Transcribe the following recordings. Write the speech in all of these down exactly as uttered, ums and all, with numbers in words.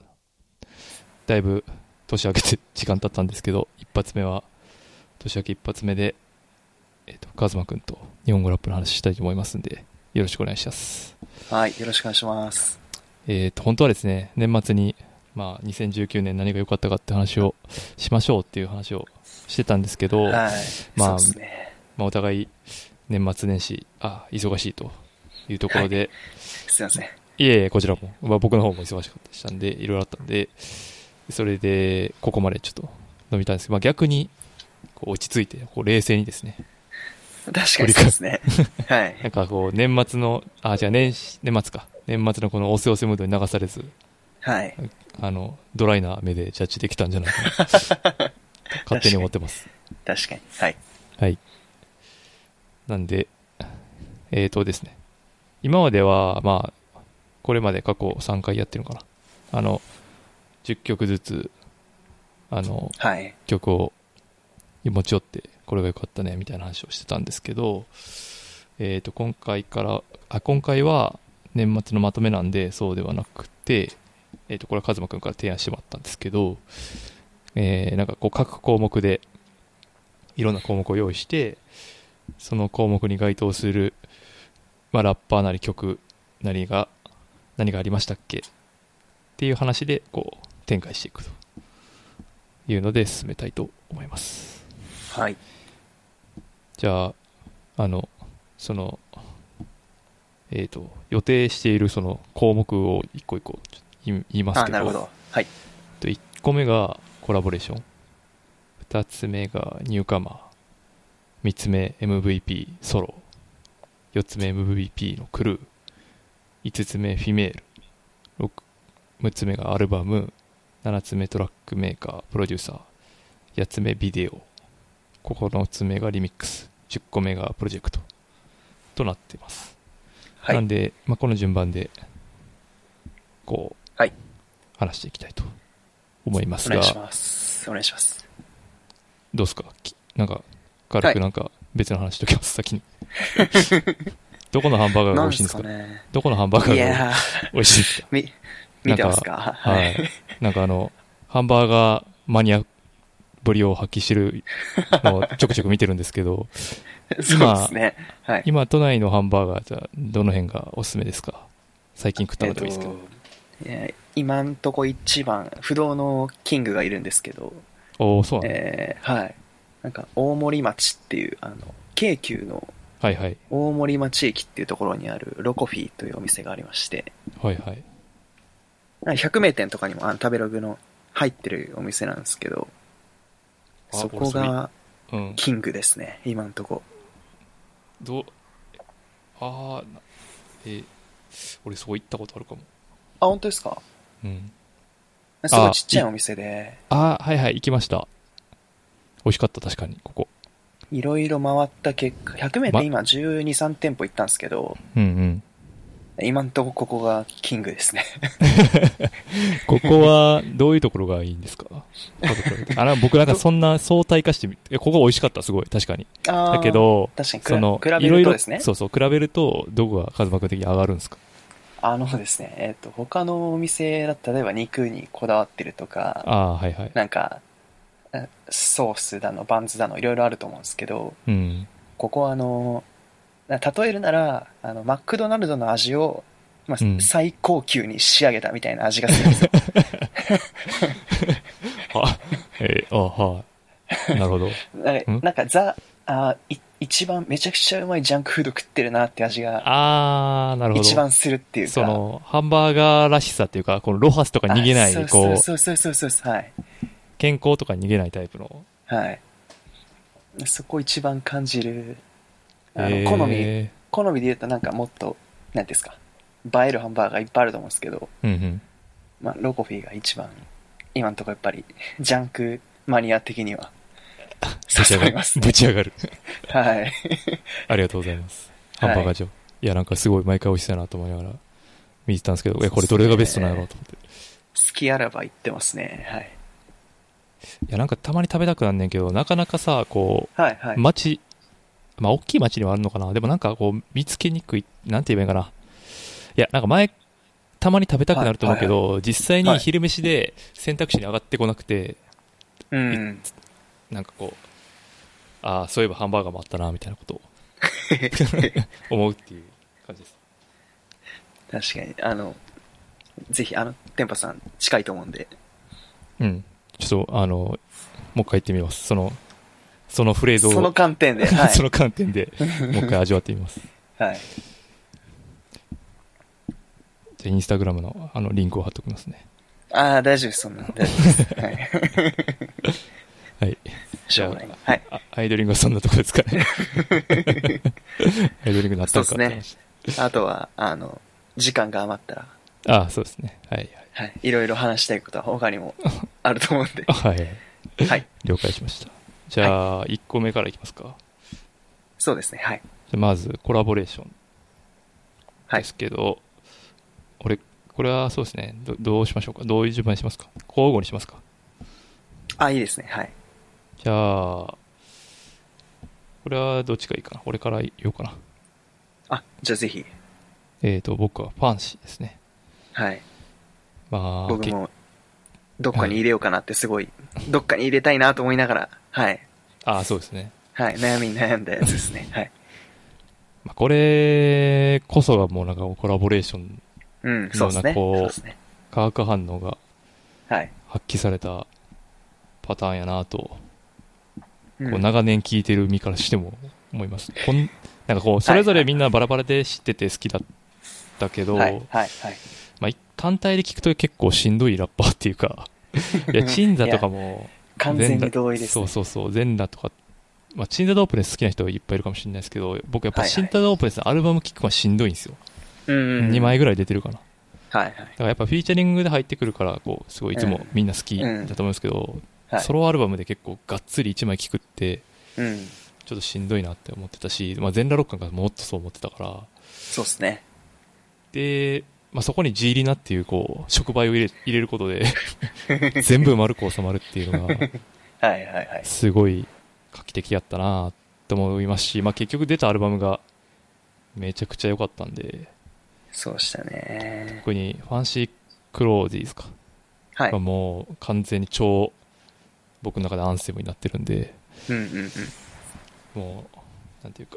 だいぶ年明けて時間経ったんですけど、一発目は年明け一発目で、えっとカズマくんと日本語ラップの話したいと思いますんで、よろしくお願いします。 はい、よろしくお願いします。 えっと本当はですね、年末にまあにせんじゅうきゅうねん何が良かったかって話をしましょうっていう話をしてたんですけど、 はい、 まあ、 そうですね。 まあお互い年末年始あ忙しいというところで、はい、 すいません。 いえいえ、こちらも、まあ、僕の方も忙しかったりしたんで、いろいろあったんで、それでここまでちょっと飲みたいんですけど、まあ、逆にこう落ち着いてこう冷静にですね、 確かにそうですね。はい。 なんかこう年末のあじゃあ年年末か年末のこのおせおせムードに流されず、 はい。 あのドライな目でジャッジできたんじゃないかな勝手に思ってます。 確かに。はい。 はい。なんでえーとですね、今まではまあこれまで過去さんかいやってるのかな、あのじゅっきょくずつあの、 はい、 曲を持ち寄ってこれが良かったねみたいな話をしてたんですけど、えーと今回からあ今回は年末のまとめなんでそうではなくて、えーとこれはカズマくんから提案してもらったんですけど、えー、なんかこう各項目でいろんな項目を用意して、その項目に該当する、まあ、ラッパーなり曲なりが何がありましたっけっていう話でこう展開していくというので進めたいと思います。 はい。 じゃああのそのえっと予定しているその項目を一個一個言いますけど、 あ、なるほど。はい。 といっこめがコラボレーション、ふたつめがニューカマー、みっつめ エムブイピー ソロ、よっつめ エムブイピー のクルー、いつつめフィメール、むっつめがアルバム、ななつめトラックメーカープロデューサー、やっつめビデオ、ここのつめがリミックス、じゅっこめがプロジェクトとなっています。はい、なんで、まあ、この順番でこう、はい、話していきたいと思いますが、 お願いします。お願いします。 どうですか、なんか軽くなんか別の話しときます、はい、先にどこのハンバーガーが美味しいんですか？ なんですかね、 どこのハンバーガーが美味しいですか？ み見てますか？ はい。なんかあのハンバーガーマニアぶりを発揮してるのをちょくちょく見てるんですけどそうですね、はい、 今都内のハンバーガーじゃどの辺がおすすめですか？最近食ったのでもいいですけど、 えー、今んとこ一番不動のキングがいるんですけど、 おそうなん、 えー、はい、なんか大森町っていうあの京急のはいはい大森町駅っていうところにあるロコフィーというお店がありまして、 はいはい、 百名店とかにもあの食べログの入ってるお店なんですけど、そこがキングですね、うん、今んとこ。 どうああえ俺そこ行ったことあるかも。 あ、本当ですか？うん。すごいちっちゃいお店で、 ああはいはい行きました。美味しかった、確かにここ。 いろいろ回った結果、百名店今じゅうに、さん店舗行ったんですけど、 うんうん。 今んとこここがキングですねここはどういうところがいいんですか？あの僕なんかそんな相対化してみて、ここ美味しかった、すごい確かに。だけど確かにその比べるとですね、 そうそう比べるとどこがカズマ君的に上がるんですか？ あのですね、えっと他のお店だったら例えば肉にこだわってるとか、 あ、はいはい、 なんかソースだのバンズだのいろいろあると思うんですけど、 うん、ここはあの例えるならあのマクドナルドの味を、まあうん、最高級に仕上げたみたいな味がするんですよは、えー、あはなるほど。 なんか、なんかザあい一番めちゃくちゃうまいジャンクフード食ってるなって味があなるほど一番するっていうか、 そのハンバーガーらしさっていうか、このロハスとか逃げない、こうそうそうそうそうそう、はい、 健康とか逃げないタイプの、 はい、そこ一番感じる。あの好み好みで言うとなんかもっと何ですか、映えるハンバーガーいっぱいあると思うんですけど、 うんうんまあ、ロコフィーが一番今のところやっぱりジャンクマニア的には誘いますね。 ぶち上がる。 はい。 ありがとうございます。ハンバーガージョー。はい、いや、なんかすごい毎回美味しそうやなと思いながら見てたんですけど、いや、これどれがベストなんやろうと思って。 好きあらば言ってますね。はい。 いや、なんかたまに食べたくなんねんけど、なかなかさ、こう、 はいはい、 街、まあ、大きい街にはあるのかな。でもなんかこう、見つけにくい、なんて言えばいいかな。いや、なんか前、たまに食べたくなると思うけど、はいはいはい、実際に昼飯で選択肢に上がってこなくて、 はい、うん。 なんかこう、ああ、そういえばハンバーガーもあったな、みたいなことを思うっていう感じです。 確かに、あの、ぜひ、あの、テンパさん近いと思うんで。 うん。ちょっと、あの、もう一回言ってみます。その、そのフレーズを。 その観点で、はい、 その観点で、もう一回味わってみます。 はい。 じゃあ、インスタグラムの、あの、リンクを貼っときますね。 ああ、大丈夫です、そんな。大丈夫です。はい。 はい。 しょうがない。はい。 アイドリングはそんなとこですかね。アイドリングになったのかって話。そうですね。あとは、あの、時間が余ったら。 ああ、そうですね。はい、 はい。はい。いろいろ話したいことは他にもあると思うんで。 はい。 はい。 了解しました。じゃあ、はい、いっこめからいきますか。 そうですね。はい。 じゃまず、コラボレーションですけど、はい、俺、これはそうですねど。どうしましょうか。どういう順番にしますか。交互にしますか。 あ、いいですね。はい。 じゃあ、これはどっちがいいかな。俺から言おうかな。 あ、じゃあぜひ。 えっと、僕はファンシーですね。 はい。 まあ、 僕も、どっかに入れようかなってすごい、はい、どっかに入れたいなと思いながら、はい。 ああ、そうですね。 はい。悩みに悩んだやつですね。はい。 まあ、これこそがもうなんかコラボレーションうん、そうですね。 こう、ね、化学反応が発揮されたパターンやなと、はい、こう長年聞いてる身からしても思います。こんなんかこうそれぞれみんなバラバラで知ってて好きだったけど、 はいはいはい、 まあ、単体で聞くと結構しんどいラッパーっていうか、いや鎮座とかも完全に同意です、ね。 そうそうそう、全裸とか、まあ、チンザ・ドープネス好きな人はいっぱいいるかもしれないですけど、僕やっぱチンザ・ドープネスのアルバム聴くのはしんどいんですよ。 うんうんうん、 にまいぐらい出てるかな。 はいはい。 だからやっぱフィーチャリングで入ってくるから、こう、すごいいつもみんな好きだと思うんですけど、うんうん、ソロアルバムで結構がっつりいちまい聴くって、うん、ちょっとしんどいなって思ってたし、まあ、全裸ロックなんかもっとそう思ってたから。 そうですね。 で、まあ、そこに G リナっていうこう、触媒を入れ、入れることで、全部丸く収まるっていうのが、 はいはいはい。 すごい画期的やったなと思いますし、まあ、結局出たアルバムがめちゃくちゃ良かったんで、 そうしたね。 特にファンシークローディーズか、 はい、 もう完全に超僕の中でアンセムになってるんで、 うんうんうん、 もうなんていうか、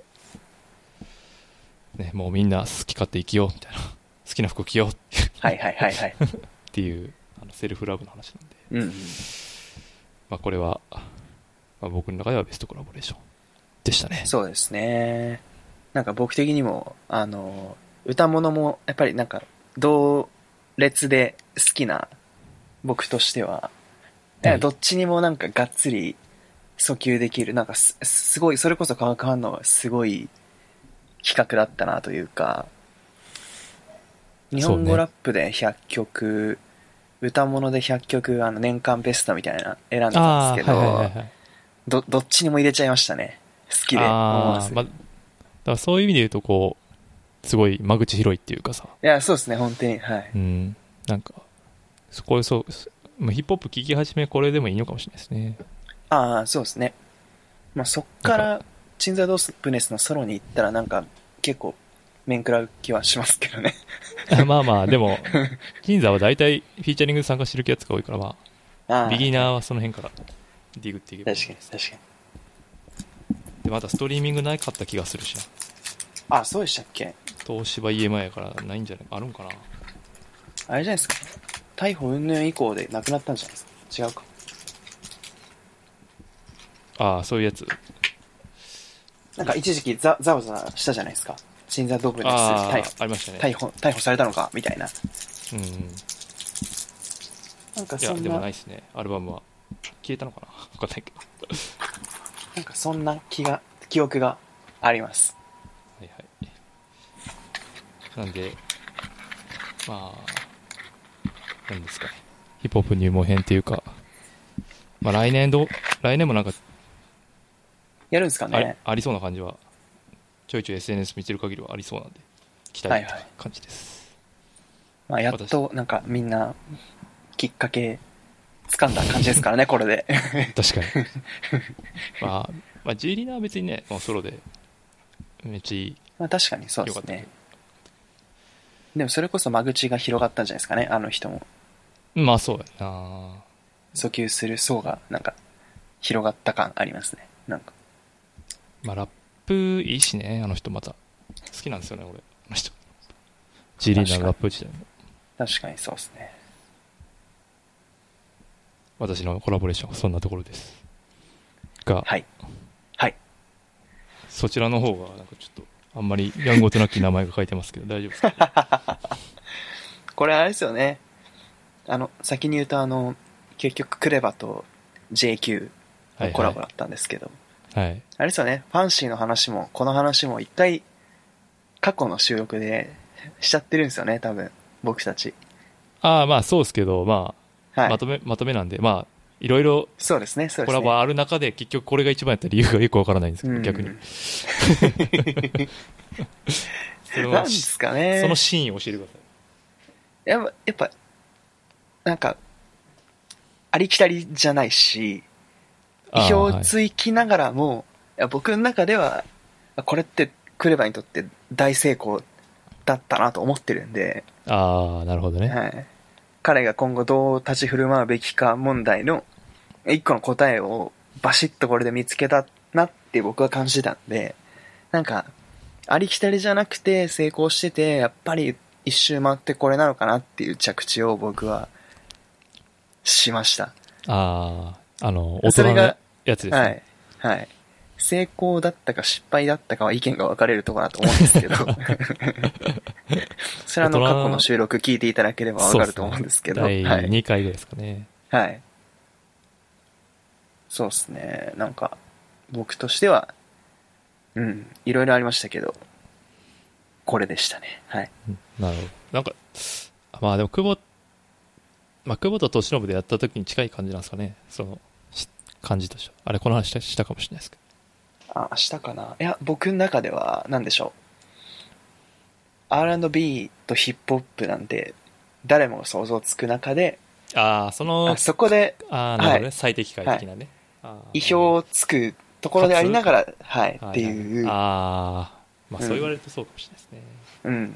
ね、もうみんな好き勝手生きようみたいな、好きな服着ようっていうはいはいはいはいっていうあのセルフラブの話なんで、 うんうん、 まあ、これは、まあ、僕の中ではベストコラボレーションでしたね。 そうですね。なんか僕的にもあの歌物もやっぱりなんか同列で好きな僕としては、はい、どっちにもなんかがっつり訴求できる、なんか す, すごいそれこそ化学反応がすごい企画だったなというか、日本語ラップでひゃっきょく、歌物でひゃっきょくあの年間ベストみたいな選んだんですけど、はいはいはいはい、ど, どっちにも入れちゃいましたね。好きで思わず。 あ、まあ、だからそういう意味で言うとこうすごい間口広いっていうかさ。 いや、そうですね、本当に。はい。 うん。なんか、そこでそう、ヒップホップ聴き始めこれでもいいのかもしれないですね。 ああ、そうですね。まあそっから、チンザドープネスのソロに行ったらなんか、結構、面食らう気はしますけどね。 まあまあ、でも、チンザは大体フィーチャリングで参加してるやつが多いから、まあ、あビギナーはその辺からディグっていけばいい。 確かに、確かに。 で、またストリーミングなかった気がするしな。 あ、そうでしたっけ？ 東芝 イーエムアイ やからないんじゃないあるんかな。 あれじゃないですか、逮捕云々以降でなくなったんじゃないですか。違うか。 ああ、そういうやつ。 なんか一時期ざざわざわしたじゃないですか。チンザドープネス逮捕ありましたね。 逮捕逮捕されたのかみたいな。 うん。 なんかそんな。 いやでもないですね。アルバムは消えたのかな。分かんないけど。 なんかそんな気が記憶があります。 はいはい。なんで、まあ、なんですかね。ヒップホップ入門編っていうか、まあ来年ど、来年もなんか、 やるんですかありね。 ありそうな感じはちょいちょい エスエヌエス 見てる限りはありそうなんで期待って感じです、 まあ、やっとなんかみんなきっかけ掴んだ感じですからねこれで確かにまあ、まあ、G リーナーは別にねもうソロでめっちゃいい。 まあ確かにそうですよかね。でもそれこそ間口が広がったんじゃないですかね、あの人も。 まあそうやな。 訴求する層がなんか広がった感ありますね。なんかまあラップいいしね、あの人また好きなんですよね俺、あの人 G リーナーのラップ自体も。 確かにそうですね。 私のコラボレーションはそんなところですが、 はいはいそちらの方がなんかちょっとあんまりやんごとなき名前が書いてますけど大丈夫ですかこれあれですよね、あの先に言うとあの結局クレバと ジェイキュー のコラボだったんですけど、 はい、はい、 あれですよね、ファンシーの話もこの話も一回過去の収録でしちゃってるんですよね、多分僕たち。 ああまあそうですけど、まあ、はい、まとめまとめなんで、まあいろいろそうですね、そうですね。 コラボある中で結局これが一番やった理由がよくわからないんですけど、逆にそれなんですかね、 そのシーンを教えてください。 やっぱやっぱなんかありきたりじゃないし、意表をついきながらも、はい、いや僕の中ではこれってクレバにとって大成功だったなと思ってるんで。 ああなるほどね、 はい、彼が今後どう立ち振る舞うべきか問題の一個の答えをバシッとこれで見つけたなって僕は感じたんで、なんかありきたりじゃなくて成功してて、やっぱり一周回ってこれなのかなっていう着地を僕はしました。 ああ、あの大人のやつですね。 はいはい。成功だったか失敗だったかは意見が分かれるところだと思うんですけどそれはあの過去の収録聞いていただければ分かると思うんですけど、 ね、だいにかいぐらいですかね。 はい。そうですね。なんか僕としてはうんいろいろありましたけどこれでしたね。はい。 なるほど。なんかまあでも久保まあ久保と俊信でやった時に近い感じなんですかね。その感じとしてはあれこの話したかもしれないですけど。 あ、したかな。いや僕の中では何でしょう、 アールアンドビー とヒップホップなんで誰もが想像つく中で、 ああそのあそこでああなるほどね、はい、最適解的なね、 はい、意表をつくところでありながらはい、はい、っていう、 ああまあそう言われるとそうかもしれないですね。 うん、うん、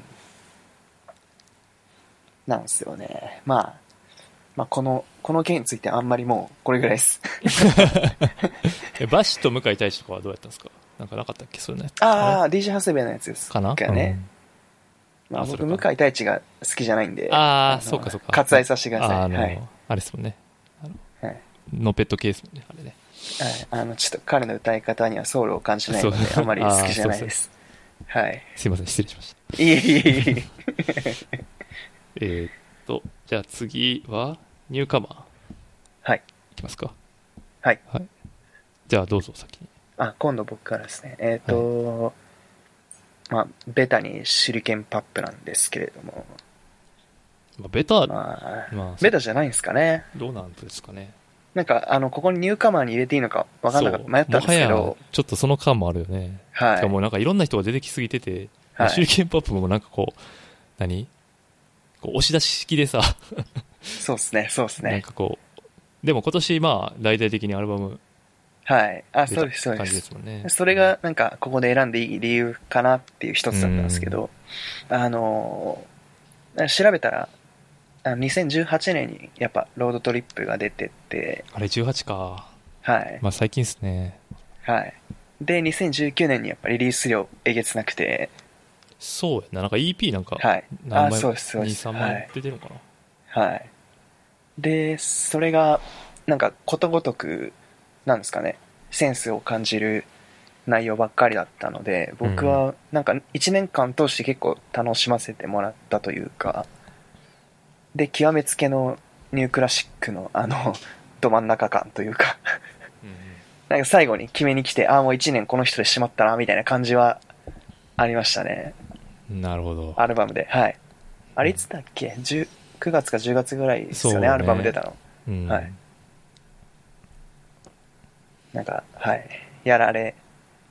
なんですよね。まあまあ、この、この件についてあんまりもうこれぐらいですバシと向井太一とかはどうやったんですか？なんかなかったっけそういうのやつ。 ああ ディージェー 長谷部のやつですかな、 ね、うん、まあ、僕向井太一が好きじゃないんで、 ああそうかそうか割愛させてください。 あ、あの、 はい、 あれですもんね、あの、 はい、 ノーペットケースもねあれね、 はい、あのちょっと彼の歌い方にはソウルを感じないのであんまり好きじゃないです。はい。 すいません失礼しました。 いえいえいええーっとじゃあ次はニューカマー、 はいいきますか。 はい、 はい、じゃあどうぞ先に。 あ今度僕からですね。えっ、ー、と、はい、まあベタに手裏剣パップなんですけれども、 まあ、ベタ、 まあ、まあ、ベタじゃないんですかね。 どうなんですかね。 なんかあのここにニューカマーに入れていいのか分かんなかった、迷ったんですけど、 ちょっとその感もあるよね。はい。しかもなんかいろんな人が出てきすぎてて、はい、手裏剣パップもなんかこう何こう押し出し式でさそうですねそうですね。 なんかこうでも今年まあ大々的にアルバムはいあそうですそうです。ですもんね。それがなんかここで選んでいい理由かなっていう一つだったんですけど、あの調べたらにせんじゅうはちねんにやっぱロードトリップが出てて、 あれじゅうはちか。 はいまあ最近ですね。 はいでにせんじゅうきゅうねんにやっぱリリース量えげつなくて、 そうやな、なんか イーピー なんかはい何枚、 あそうですそうです、 にさんまい出てるのかな。はい、はい、でそれがなんかことごとくなんですかねセンスを感じる内容ばっかりだったので、僕はなんかいちねんかん通して結構楽しませてもらったというか、で極めつけのニュークラシックのあのど真ん中感というかなんか最後に決めに来て、ああもういちねんこの人でしまったなみたいな感じはありましたね。 なるほど。 アルバムで、はい。あれいつだっけ、くがつかじゅうがつぐらいですよ ね, ねアルバム出たの、うん、はい。なんかはいやられ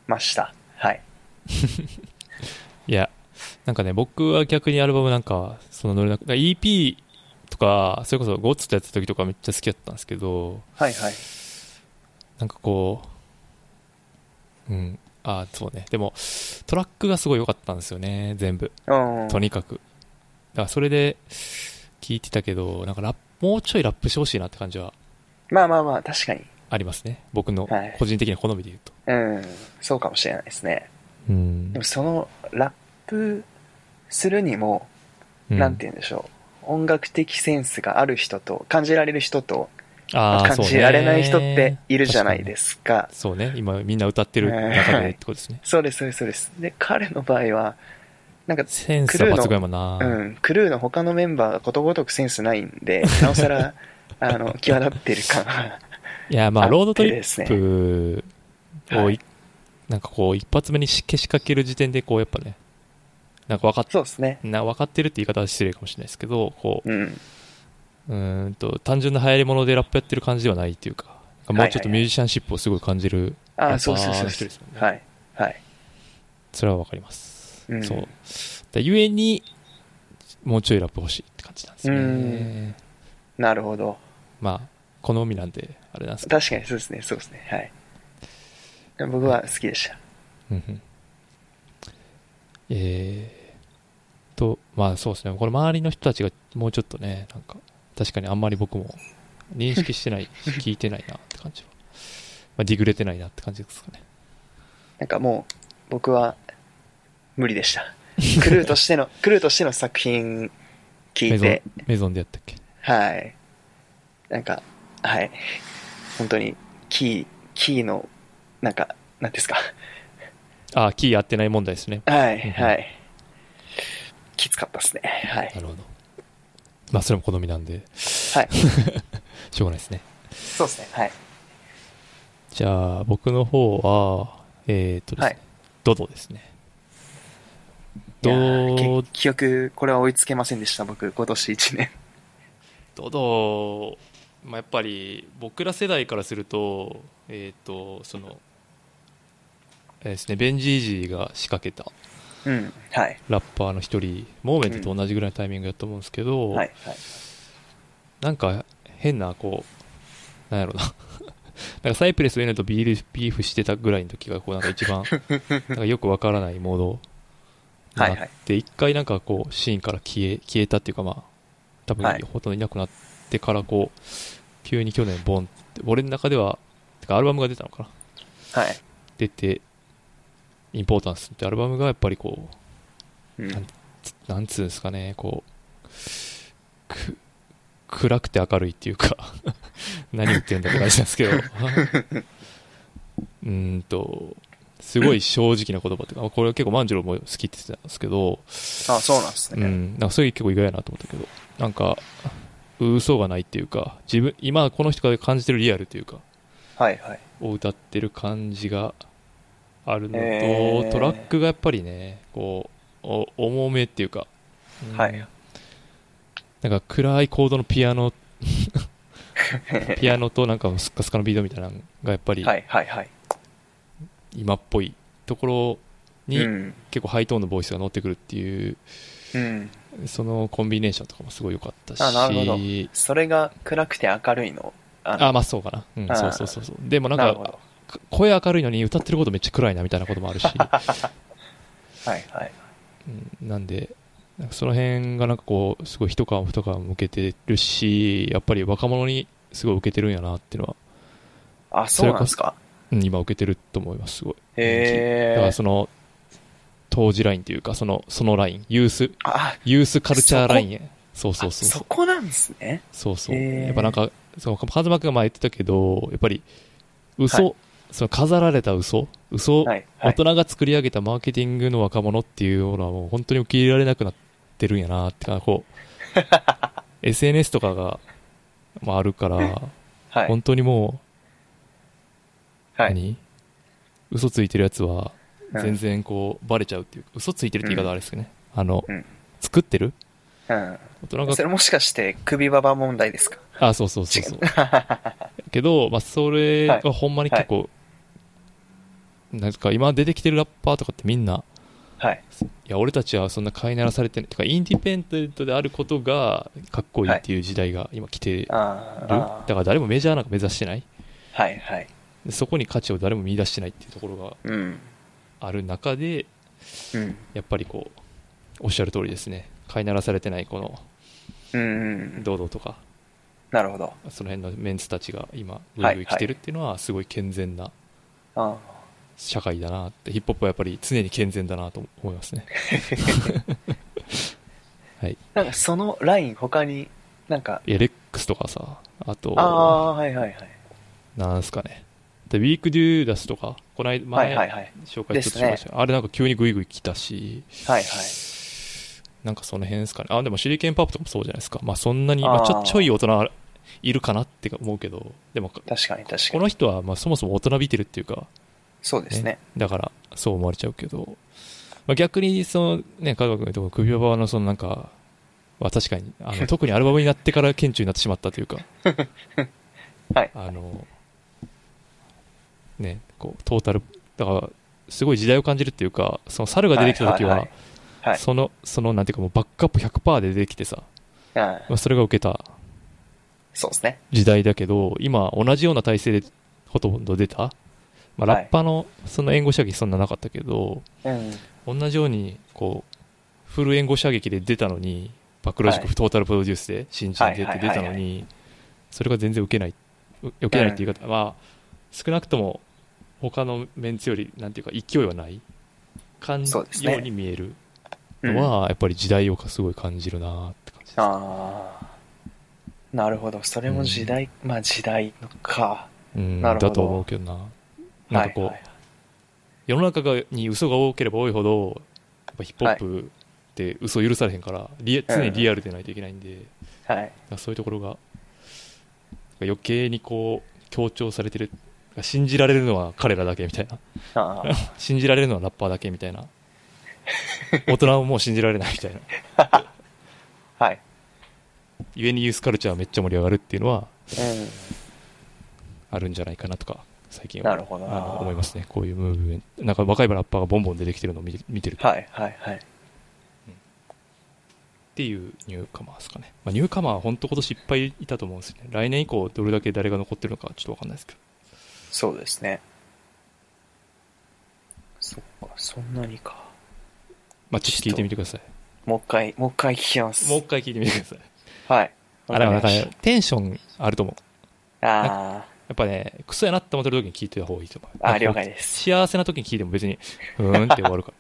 ました。はい。 いや、なんかね、僕は逆にアルバムなんか、その乗れなく、イーピー とか、それこそゴッツとやってた時とかめっちゃ好きだったんですけど、 はいはい。 なんかこう、うん、あ、そうね。でも、トラックがすごい良かったんですよね、全部。とにかく。だからそれで聞いてたけど、なんかラップ、もうちょいラップしてほしいなって感じは。 まあまあまあ、確かに。 ありますね。僕の個人的な好みで言うと。 はい、うん、そうかもしれないですね。 うん。 でもそのラップするにも、うん、なんて言うんでしょう。音楽的センスがある人と、感じられる人と、あ感じられない人っているじゃないですか。 そうね。今みんな歌ってる中でってことですね。 そうです、そうです、そうです。で、彼の場合は、なんか、 センスは抜群やもんな。 うん。クルーの他のメンバーがことごとくセンスないんで、なおさら、あの、際立ってる感が。 いや、まあ、ロードトリップを、はい、なんかこう、一発目にけしかける時点で、こう、やっぱね、なんか分かっ、 そうですね。 な分かってるって言い方は失礼かもしれないですけど、こう、 うん、 うーんと、単純な流行り物でラップやってる感じではないっていうか、もうちょっとミュージシャンシップをすごい感じる、 ああ、そうそうそうそう。はい。はい。 それは分かります。 うん、 そう。だゆえに、もうちょいラップ欲しいって感じなんですね。うんなるほど。 まあ、好みなんで、あれなんですけど。確かにそうですね、そうですね。はい。僕は好きでした。 うんうん。えーと、まあそうですね、これ周りの人たちがもうちょっとね、なんか、確かにあんまり僕も認識してない、聞いてないなって感じは。まあ、ディグれてないなって感じですかね。 なんかもう、僕は、無理でした。クルーとしての、クルーとしての作品聞いて。 メゾン、メゾンでやったっけ？ はい。なんか、はい。本当に、キー、キーの、なんか、なんですか。 ああ、キー合ってない問題ですね。 はい、はい。きつかったですね。はい。 なるほど。まあ、それも好みなんで。 はい。 しょうがないですね。 そうですね。はい。 じゃあ、僕の方は、えー、っとですね、はい、ドドですね。 ド記憶、これは追いつけませんでした、僕、今年いちねん。 ドド、まあ、やっぱり僕ら世代からすると、えっと、その、えー、ですね、ベンジージーが仕掛けた、 うんはい、 ラッパーの一人、モーメントと同じぐらいのタイミングだと思うんですけど、 うんはいはい、 なんか変な、こう、なんやろな、なんかサイプレスと N とビールビーフしてたぐらいの時がこうなんか一番なんかよくわからないモードになって、はいはい、一回なんかこうシーンから消え消えたっていうか、まあ多分ほとんどいなくなってからこう急に去年ボンって俺の中ではてかアルバムが出たのかな、はい、 出てインポータンスってアルバムがやっぱりこう、うん、なん, なんつうんですかね、こうく暗くて明るいっていうか何言ってるんだって感じなんですけどうんとすごい正直な言葉っていうか、これは結構万次郎も好きって言ってたんですけど、 あそうなんですね、 うん、なんかそれ結構意外やなと思ったけど、なんか嘘がないっていうか、自分今この人が感じてるリアルというか、 はいはい、 を歌ってる感じがあるのと、 えー、 トラックがやっぱりねこう重めっていうか、 うん、はいなんか暗いコードのピアノピアノとなんかスッカスカのビートみたいなのがやっぱり今っぽいところに結構ハイトーンのボイスが乗ってくるっていう、 うん、 そのコンビネーションとかもすごい良かったし、 あなるほど、それが暗くて明るいのああまあそうかな、うん、そうそうそうそう、でもなんか声明るいのに歌ってることめっちゃ暗いなみたいなこともあるしはいはい、 うん、なんでその辺がなんかこうすごい一皮も二皮も向けてるし、やっぱり若者にすごい受けてるんやなっていうのは、あそうなんですか、 うん、今受けてると思います。すごいへえ。 だからその当時ラインというかそのそのラインユースユースカルチャーラインへ、そうそうそうそう、そこなんですね。 そうそう、やっぱなんかそのカズマ君が前言ってたけど、やっぱり嘘、はい、その飾られた嘘嘘、はいはい、大人が作り上げたマーケティングの若者っていうのはもう本当に受け入れられなくなってるんやなってか、こうエスエヌエス とかが、まあ、あるから、はい、本当にもう、はい、何嘘ついてるやつは全然こうバレちゃうっていうか、嘘ついてるって言い方あれですけどね、うん、あの、うん、作ってる、 うん、大人がそれもしかして首ババ問題ですか？ あ、そうそうそうそうけど、まあ、それがほんまに結構、はいはい、 なんか今出てきてるラッパーとかってみんな、 はい。 いや俺たちはそんな飼いならされてないとか、インディペンデントであることがかっこいいっていう時代が今来てる、 あだあ。 から誰もメジャーなんか目指してない、 はいはい。 でそこに価値を誰も見出してないっていうところがうん。 ある中で、 うん。 やっぱりこうおっしゃる通りですね、飼いならされてないこのうんうん。 堂々とかなるほど。 その辺のメンツたちが今グイグイ来てるっていうのはすごい健全なあ社会だなって、ヒップホップはやっぱり常に健全だなと思いますね。はい。 なんかそのライン他になんか、 エレックスとかさ、あと、 ああ、はいはいはい。 なんすかね。で、ウィークデューダスとか、この間、前、 はいはいはい。 紹介ちょっとしました、ね、あれなんか急にグイグイ来たし、 はいはい。 なんかその辺ですかね。あ、でもシリケンパープとかもそうじゃないですか。まあそんなに、まあ、ちょちょい大人いるかなって思うけど、でも、 確かに確かに。 この人はまあそもそも大人びてるっていうか、 そうですね。 ね、だからそう思われちゃうけど、まあ、逆にそのね、香川君のところ首輪のそのなんかは確かにあの特にアルバムになってから顕著になってしまったというか、 はい、 あのね、こうトータルだからすごい時代を感じるっていうか、その猿が出てきた時は、はいはいはい、そのそのなんていうかもうバックアップ ひゃくパーセント で出てきてさ、 はい、 まあ、それが受けたそうですね時代だけど、今同じような体制でほとんど出た。まあ、ラッパーのその援護射撃そんななかったけど、はい、うん、同じようにこうフル援護射撃で出たのに、バックロジックトータルプロデュースで新人で出たのに、それが全然受けない受けないっていう言い方、うん、まあ少なくとも他のメンツよりなんていうか勢いはない感じ、ね、ように見えるのは、うん、やっぱり時代をすごい感じるなって感じです。 ああ、なるほど、それも時代、うん、まあ時代のか、 うん、なるほどだと思うけどな。なんかこう、はいはい、世の中がに嘘が多ければ多いほどやっぱヒップホップって嘘許されへんから、リ常にリアルでないといけないんで、 うん、はい、 そういうところが余計にこう強調されてる。信じられるのは彼らだけみたいな信じられるのはラッパーだけみたいな大人ももう信じられないみたいなはい故にユースカルチャーめっちゃ盛り上がるっていうのは、 うん、あるんじゃないかなとか最近はなるほどなあの思いますね。こういうムーブメントなんか若いラッパーがボンボン出てきてるのを見て、見てると、 はいはいはい、うん、 っていうニューカマーですかね、まあ、ニューカマーは本当今年いっぱいいたと思うんですよね。来年以降どれだけ誰が残ってるのかちょっと分かんないですけど。 そうですね。そっか、そんなにか。 まあちょっと聞いてみてください。 もう一回もう一回聞きます。 もう一回聞いてみてください。 はい。 あれはなんか、ね、テンションあると思う。 ああ。 やっぱね、クソやなって思ってる時に聞いてた方がいいと思う。 ああ、了解です。 幸せな時に聞いても別にうーんって終わるから。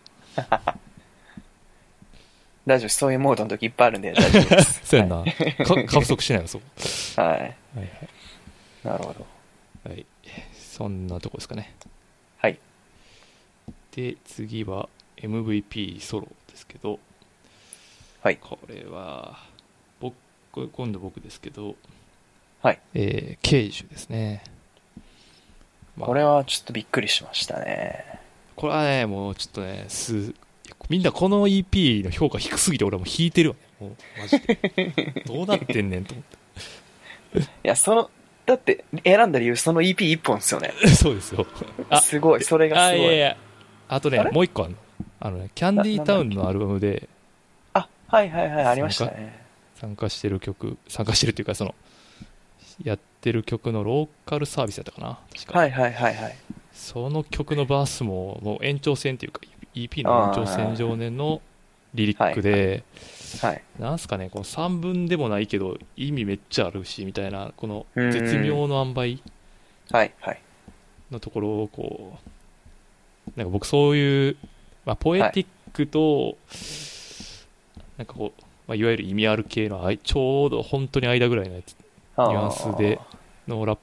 大丈夫、そういうモードの時いっぱいあるんで大丈夫です。 そうやんな。はい、過不足しないのそこ。 はい。はいはい。なるほど。 はい。そんなとこですかね。 はい。 で、次は エムブイピー ソロですけど、 はい。 これは、僕、今度僕ですけど、 はい。 えー、ケージュですね。 まあ、これはちょっとびっくりしましたね。 これはね、もうちょっとね、すみんなこの イーピー の評価低すぎて俺はもう引いてるわね。もう、マジで。どうなってんねんと思って。 いや、その、だって選んだ理由その イーピーいっ 本ですよね。 そうですよ。 すごい、それがすごい。 あ、いやいや。あとね、もう一個あるの。あのね、キャンディータウンのアルバムで、 あ、はいはいはい、ありましたね。 参加してる曲、参加してるっていうか、その、やってる曲のローカルサービスだったかな。確かはいはいはいはい。 その曲のバースも、もう延長線っていうか、イーピー の延長線上でのリリックで、 はいはい、 なんすかね、このさんぶんでもないけど意味めっちゃあるしみたいな、この絶妙の塩梅のところをこう、なんか僕そういう、まあ、ポエティックと、なんかこう、まあ、いわゆる意味ある系のちょうど本当に間ぐらいのやつ、ニュアンスでのラップ、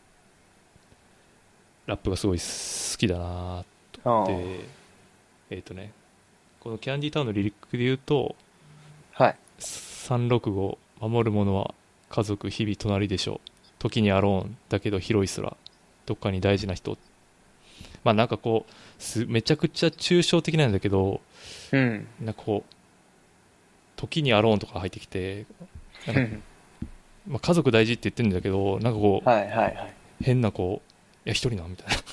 ラップがすごい好きだなと思って、えっとね、このキャンディータウンのリリックで言うと、 はい、 さんろくご守るものは家族日々隣でしょう、時にアローンだけど広い空、どっかに大事な人、まあなんかこうすめちゃくちゃ抽象的なんだけど、 うん、 なんかこう時にアローンとか入ってきて、なんかまあ家族大事って言ってるんだけど、なんかこう、 はいはいはい、 変なこう、いや一人なみたいな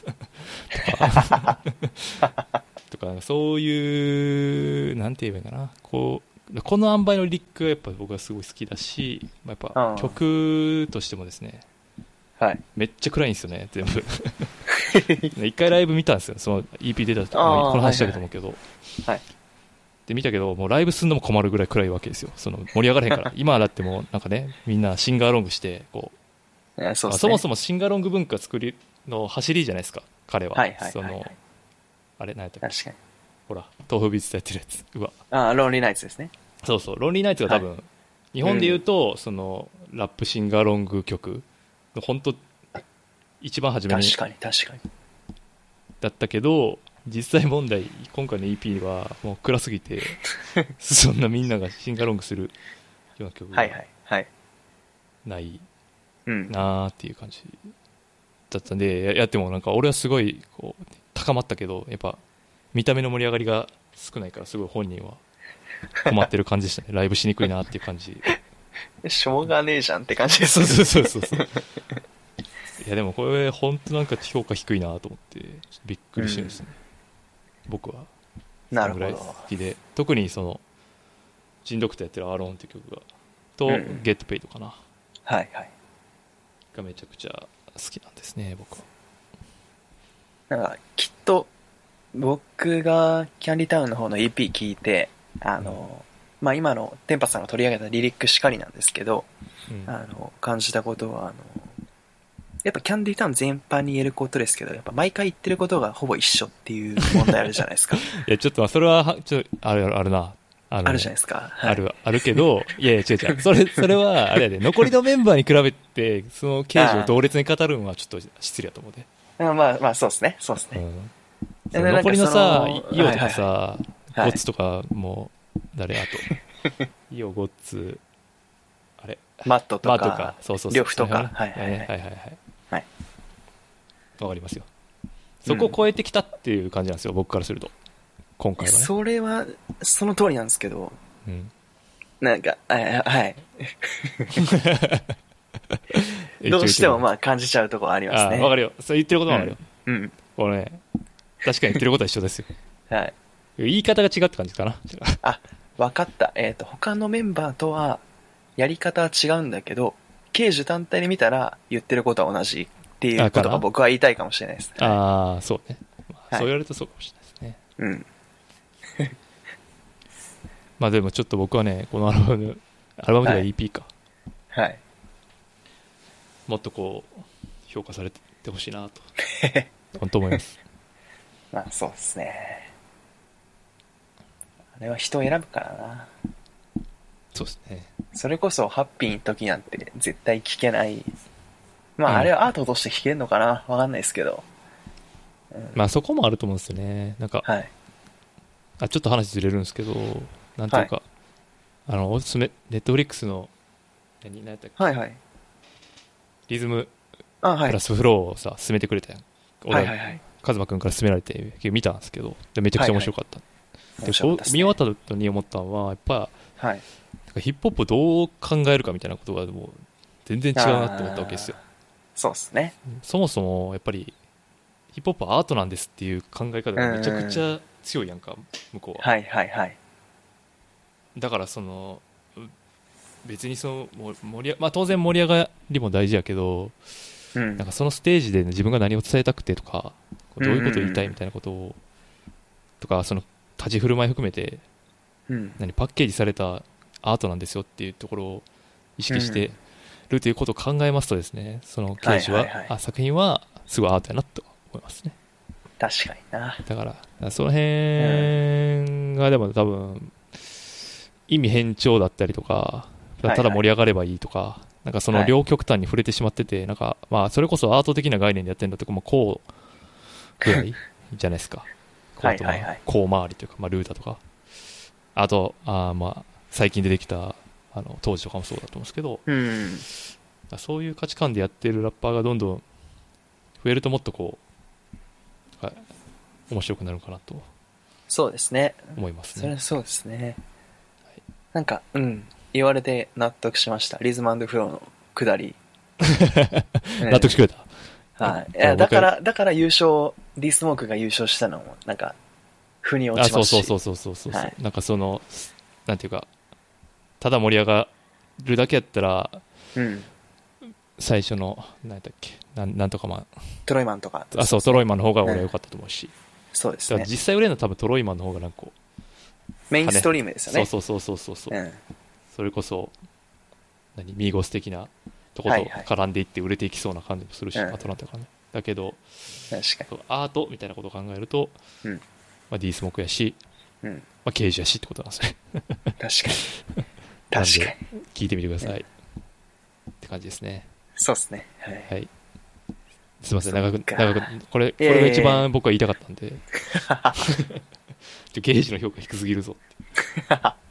とかとかそういうなんて言えばいいかな、こうこの塩梅のリリックがやっぱ僕はすごい好きだし、やっぱ曲としてもですね、 はい、 めっちゃ暗いんですよね全部一回ライブ見たんですよ、その イーピー 出た時、この話だけと思うけど、はいはいはい、で見たけどもうライブすんのも困るぐらい暗いわけですよ、その盛り上がらへんから今だってもうなんかね、みんなシンガーロングしてこう、そうですね、まあ、そもそもシンガーロング文化作りの走りじゃないですか彼は、はいはいはいはい、そのあれ何やったっけ、確かにほら豆腐ビーツでやってるやつ、うわあロンリーナイツですね、 そうそうロンリーナイツが多分、はい、日本で言うと、うん、そのラップシンガーロング曲の本当一番初めに確かに確かにだったけど、実際問題今回の イーピー はもう暗すぎてそんなみんながシンガーロングするような曲がないなーっていう感じだったんで、やってもなんか俺はすごいこう高まったけど、やっぱ見た目の盛り上がりが少ないからすごい本人は困ってる感じでしたねライブしにくいなっていう感じしょうがねえじゃんって感じですね。 そうそうそうそういやでもこれ本当なんか評価低いなと思ってびっくりしてるんですね、うん、僕はそのぐらい好きで、特にそのジンドクターやってるアーロンっていう曲がと、うん、ゲットペイドかな、 はいはい、 がめちゃくちゃ好きなんですね僕は。 なんかきっと僕がキャンディタウンの方の イーピー 聞いて、あの、うん、まあ今のテンパさんが取り上げたリリックしかりなんですけど、うん、あの感じたことはあのやっぱキャンディタウン全般に言えることですけど、やっぱ毎回言ってることがほぼ一緒っていう問題あるじゃないですか。いやちょっとそれはちょあるあるな。ある、ね、 あるじゃないですか。 はい、あるあるけど、いやいや違う違う。それそれはあれやで、残りのメンバーに比べてその刑事を同列に語るのはちょっと失礼だと思うで。 あまあまあそうですねそうですね。 うん、残りのさ、イオとかさ、はいはい、ゴッツとかも誰あとイオゴッツあれマットとか、 マットかそうそうそうリョフとか、はいはいはいはいはいはいはい。 わかりますよ。そこを超えてきたっていう感じなんですよ、うん、僕からすると今回はね。 それはその通りなんですけど、うん、なんかはいどうしてもまあ感じちゃうところありますね。 わかるよ、そう言ってることもわかるよ。 うん、うん、 これね確かに言ってることは一緒ですよ。 はい。 言い方が違うって感じかな。 あ、分かった。えっと他のメンバーとはやり方は違うんだけど、刑事単体で見たら言ってることは同じっていうことが僕は言いたいかもしれないです。 ああ、そうね、まあはい。そう言われるとそうかもしれないですね。 うん。 まあでもちょっと僕はね、このアルバム、アルバムでは イーピー か。 はい。はい、 もっとこう、評価されてほしいなと。本当思います。 まあそうですね。あれは人を選ぶからな。 そうですね。 それこそハッピーの時なんて絶対聞けない。まああれはアートとして聞けるのかな、わかんないですけど。 うん、まあそこもあると思うんですよね。なんか、 はい、 あちょっと話ずれるんですけど、なんていうか、はい、あのおすすめネットフリックスの何何やったっけ、 はいはい、 リズムプラスフローをさ進めてくれたやん。俺は、はいはいはい、カズマ君から進められて見たんですけど、でめちゃくちゃ面白かった。はいはい、でこう見終わった後に思ったのはやっぱ、はい、なんかヒップホップをどう考えるかみたいなことがもう全然違うなって思ったわけですよ。 そうですね。 そもそもやっぱりヒップホップはアートなんですっていう考え方がめちゃくちゃ強いやんか、向こうは。 はいはいはい。 だからその別にその盛り、まあ、当然盛り上がりも大事やけど、うん、なんかそのステージで自分が何を伝えたくてとかどういうことを言いたいみたいなことを、うんうん、とかその立ち振る舞い含めて、うん、何パッケージされたアートなんですよっていうところを意識してるということを考えますとですね、その刑事は、はいはいはい、あ作品はすごいアートやなと思いますね。 確かにな。 だからその辺がでも多分意味偏重だったりとか、ただ盛り上がればいいとか、はいはい、なんかその両極端に触れてしまってて、はい、なんかまあそれこそアート的な概念でやってるんだとか、まあ、こうぐらいじゃないですか。こうとまあこう周りというか、まあ、ルータとか、あとあまあ最近出てきたあの当時とかもそうだと思うんですけど、うん、そういう価値観でやってるラッパーがどんどん増えるともっとこう、はい、面白くなるかなと。 そうですね。 思いますね。 それはそうですね。はい、なんかうん言われて納得しました。リズム&フローの下り。 納得してくれた。 はい。いや、だから、だから優勝、Dスモークが優勝したのも、なんか、腑に落ちますし。 あ、そうそうそうそうそうそう、 はい、 なんかその、なんていうか、ただ盛り上がるだけやったら、うん、最初の、なんだっけ、なん、なんとかマン。 トロイマンとか。 あ、そう、トロイマンの方が俺は良かったと思うし。うん、 そうですね。 実際売れるのは多分トロイマンの方がなんかこう、 メインストリームですよね。 そうそうそうそうそう、うん、それこそ、何、ミーゴス的なとこと絡んでいって売れていきそうな感じもするし、はいはい、アトランタからね。だけど、 確かにアートみたいなことを考えると、うん、まあ、D スモークやし、うん、まあ、ケージやしってことなんですね。 確かに。確かに。 聞いてみてください。うん、って感じですね。 そうですね。はい。 はい、すいません、長く、長く、これ、これが一番僕は言いたかったんで。ケージの評価低すぎるぞって。はい。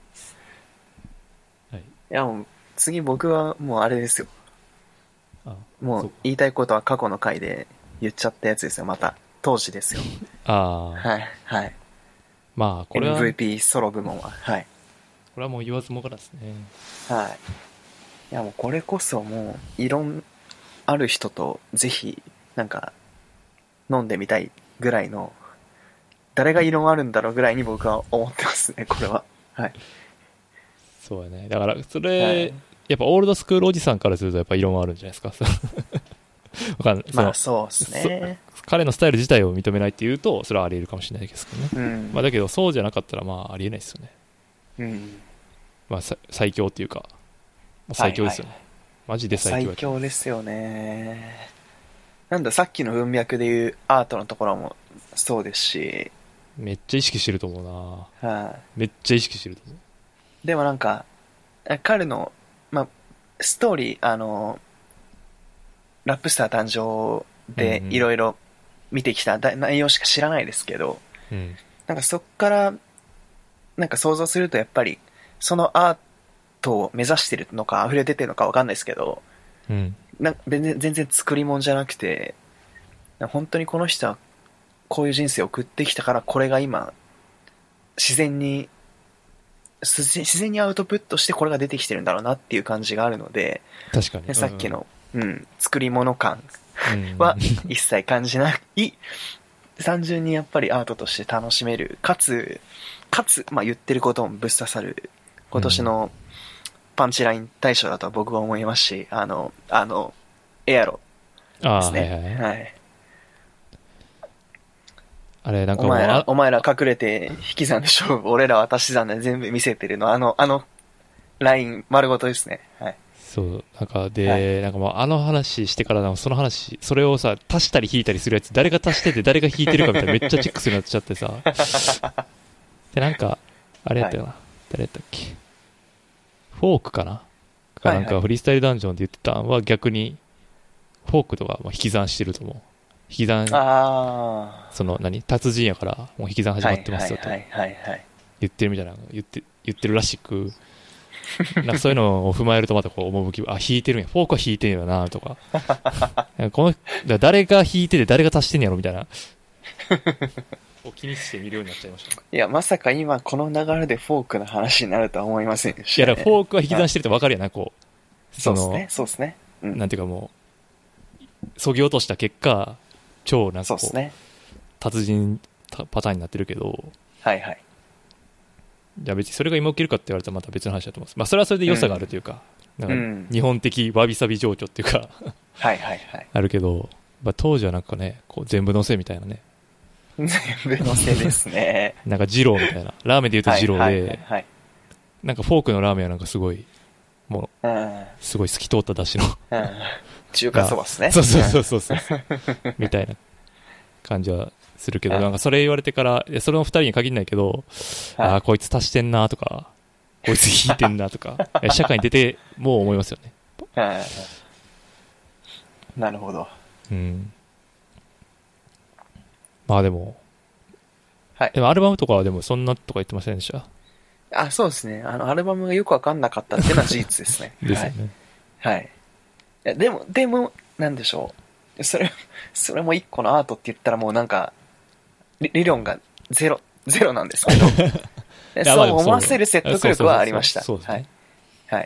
いや、もう、次僕はもうあれですよ。ああ、もう言いたいことは過去の回で言っちゃったやつですよ、また。当時ですよ。 ああ。 はい、はい。 まあ、これは。 エムブイピー ソロ部門は。はい。 これはもう言わずもがなですね。 はい。いや、もうこれこそもう、異論ある人とぜひ、なんか、飲んでみたいぐらいの、誰が異論あるんだろうぐらいに僕は思ってますね、これは。はい。 そうやね。だから、それ、はい、やっぱオールドスクールおじさんからするとやっぱ異論はあるんじゃないですか。わかんない。 まあそうですね。 彼のスタイル自体を認めないっていうと、それはあり得るかもしれないですけどね。うん、まあだけど、そうじゃなかったら、まああり得ないですよね。うん。まあ最強っていうか、最強ですよね。はいはい、マジで最強。 最強ですよね。なんだ、さっきの文脈でいうアートのところもそうですし。 めっちゃ意識してると思うな。はい、あ。めっちゃ意識してると思う。 でもなんか、彼の、まあ、ストーリー、あの、ラップスター誕生でいろいろ見てきた内容しか知らないですけど、うん、なんかそっからなんか想像するとやっぱりそのアートを目指してるのか溢れ出てるのかわかんないですけど、うん、なんか全然、全然作り物じゃなくて、本当にこの人はこういう人生を送ってきたからこれが今自然に自然にアウトプットしてこれが出てきてるんだろうなっていう感じがあるので、 確かに、 さっきの、うんうん、作り物感は一切感じない、単純にやっぱりアートとして楽しめる、かつ、かつ、まあ、言ってることもぶっ刺さる、今年のパンチライン大賞だとは僕は思いますし、あの、あの、エアロですね。はいはいはい。はい、 あれなんかお前ら、お前ら隠れて引き算で勝負、俺らは足し算で全部見せてるの、あの、あの、ライン丸ごとですね。はい。 そう、なんかで、はい、なんかもうあの話してから、その話、それをさ、足したり引いたりするやつ、誰が足してて誰が引いてるかみたいなめっちゃチェックするようになっちゃってさ。で、なんか、あれやったよな。はい、誰やったっけ。フォークかなかなんかフリースタイルダンジョンで言ってたのは逆に、フォークとかも引き算してると思う。引き算、その何達人やからもう引き算始まってますよと言ってるみたいな言って言ってるらしく、なんかそういうのを踏まえるとまたこう趣あ引いてるんや、フォークは引いてんやなとかこの誰が引いてて誰が足してんやろみたいなを気にして見るようになっちゃいました。 いやまさか今この流れでフォークの話になるとは思いませんでした、 ね。いやフォークは引き算してるって分かるやな、こうそのそうですねそうですね、 うん、なんていうかもうそぎ落とした結果超なんかこう、ね、達人パターンになってるけど、 はいはい。 じゃあ別にそれが今起きるかって言われたらまた別の話だと思います。まあそれはそれで良さがあるというか、うん、なんか日本的わびさび情緒っていうかはいはいはい。 あるけど、まあ、当時はなんかね、こう全部のせみたいなね。 全部のせですね。 なんか二郎みたいな。ラーメンで言うと二郎で、はいはいはいはい、なんかフォークのラーメンはなんかすごい、もう、うん、すごい透き通った出汁の、 うん、中華そばっすね。 そうそうそうそうそうみたいな感じはするけど、なんかそれ言われてから、いやそれの二人に限らないけど、はい、ああこいつ足してんなとか、こいつ引いてんなとか、社会に出てもう思いますよね。はい、 なるほど。 うん。まあでも、はい。でもアルバムとかはでもそんなとか言ってませんでした？ あ、そうですね。あのアルバムがよくわかんなかったっていうのは事実ですね。 ですよね。 はい。はい、いやでもでもなんでしょう。それそれも一個のアートって言ったらもうなんか理, 理論がゼロゼロなんですけど、そう思わせる説得力はありました。はい。はい。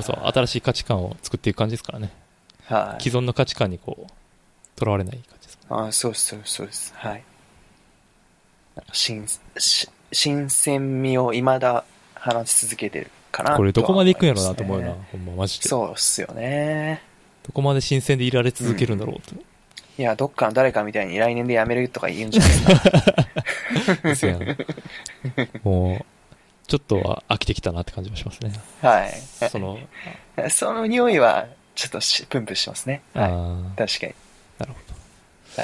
なんかね、それこそ新しい価値観を作っていく感じですからね。 はい。 既存の価値観にこう、とらわれない感じですかね。 ああ、そうそうそうです。はい。なんか新、し新鮮味を未だ放ち続けてるかなとは思いますね。 これどこまで行くんやろうなと思うな、ほんまマジで。 そうっすよね。 どこまで新鮮でいられ続けるんだろうと。うん、 いや、どっかの誰かみたいに来年で辞めるとか言うんじゃないですか。 ですやん。もう、ちょっとは飽きてきたなって感じもしますね。 はい。 その、 その匂いは、ちょっとしプンプンしますね。はい。確かに。 なるほど。はい。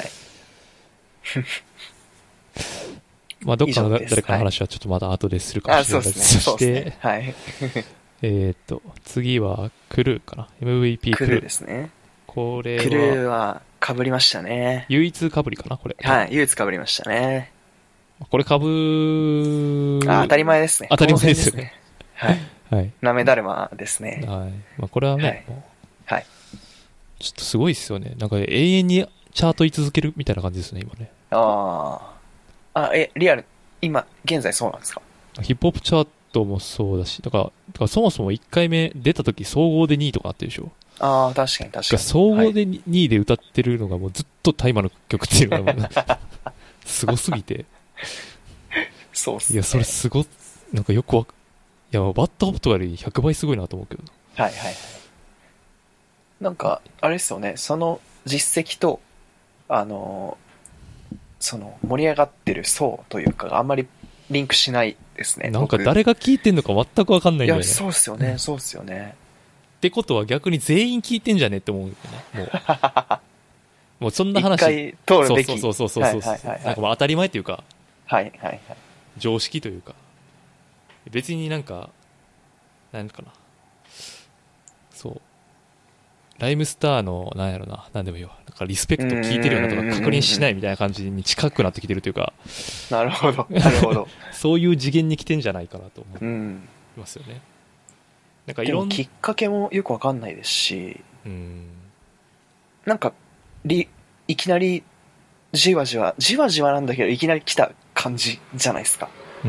まあ、どっかの誰かの話はちょっとまた後でするかもしれないです。 そして、はい。 えっと、次は、クルーかな。エムブイピークルーですね。これは、クルーは被りましたね。 唯一被りかな、これ。 はい、唯一被りましたね。 これ被あ、当たり前ですね。 当たり前ですよね。 はい。はい。なめだるまですね。 はい。まあ、これはね、はい、もうはい。 ちょっとすごいですよね。なんか永遠にチャート居続けるみたいな感じですね、今ね。 ああ。あ、え、リアル、今、現在そうなんですか？ ヒップホップチャートもそうだし、だから、だからそもそもいっかいめ出た時総合でにいとかあってるでしょ。 ああ、確かに確かに。 総合でにいで歌ってるのがもうずっと大麻の曲っていうのがもうすごすぎて。 そうっすね。 いや、それすご、なんかよくわ、いや、バッドホップとかよりひゃくばいすごいなと思うけど。 はいはいはい。なんか、あれですよね、その実績と、あの、その盛り上がってる層というか、あんまりリンクしないですね。 なんか誰が聞いてんのか全くわかんないんだよね。 いや、そうっすよね、そうっすよね。 ってことは逆に全員聞いてんじゃねって思うよね。もう。もうそんな話。 一回通るべき。 そうそうそうそうそう。はいはいはいはい、なんかもう当たり前っていうか。 はいはいはい。 常識というか。別になんか、なんかな。そう。ライムスターの、なんやろな、なんでもいいわ。なんかリスペクト聞いてるようなとか確認しないみたいな感じに近くなってきてるというか。 なるほど、なるほど。 そういう次元に来てんじゃないかなと思いますよね。 なんかいろんなきっかけもよくわかんないですし、 うん、 なんかりいきなりじわじわじわじわなんだけどいきなり来た感じじゃないですか。 うん、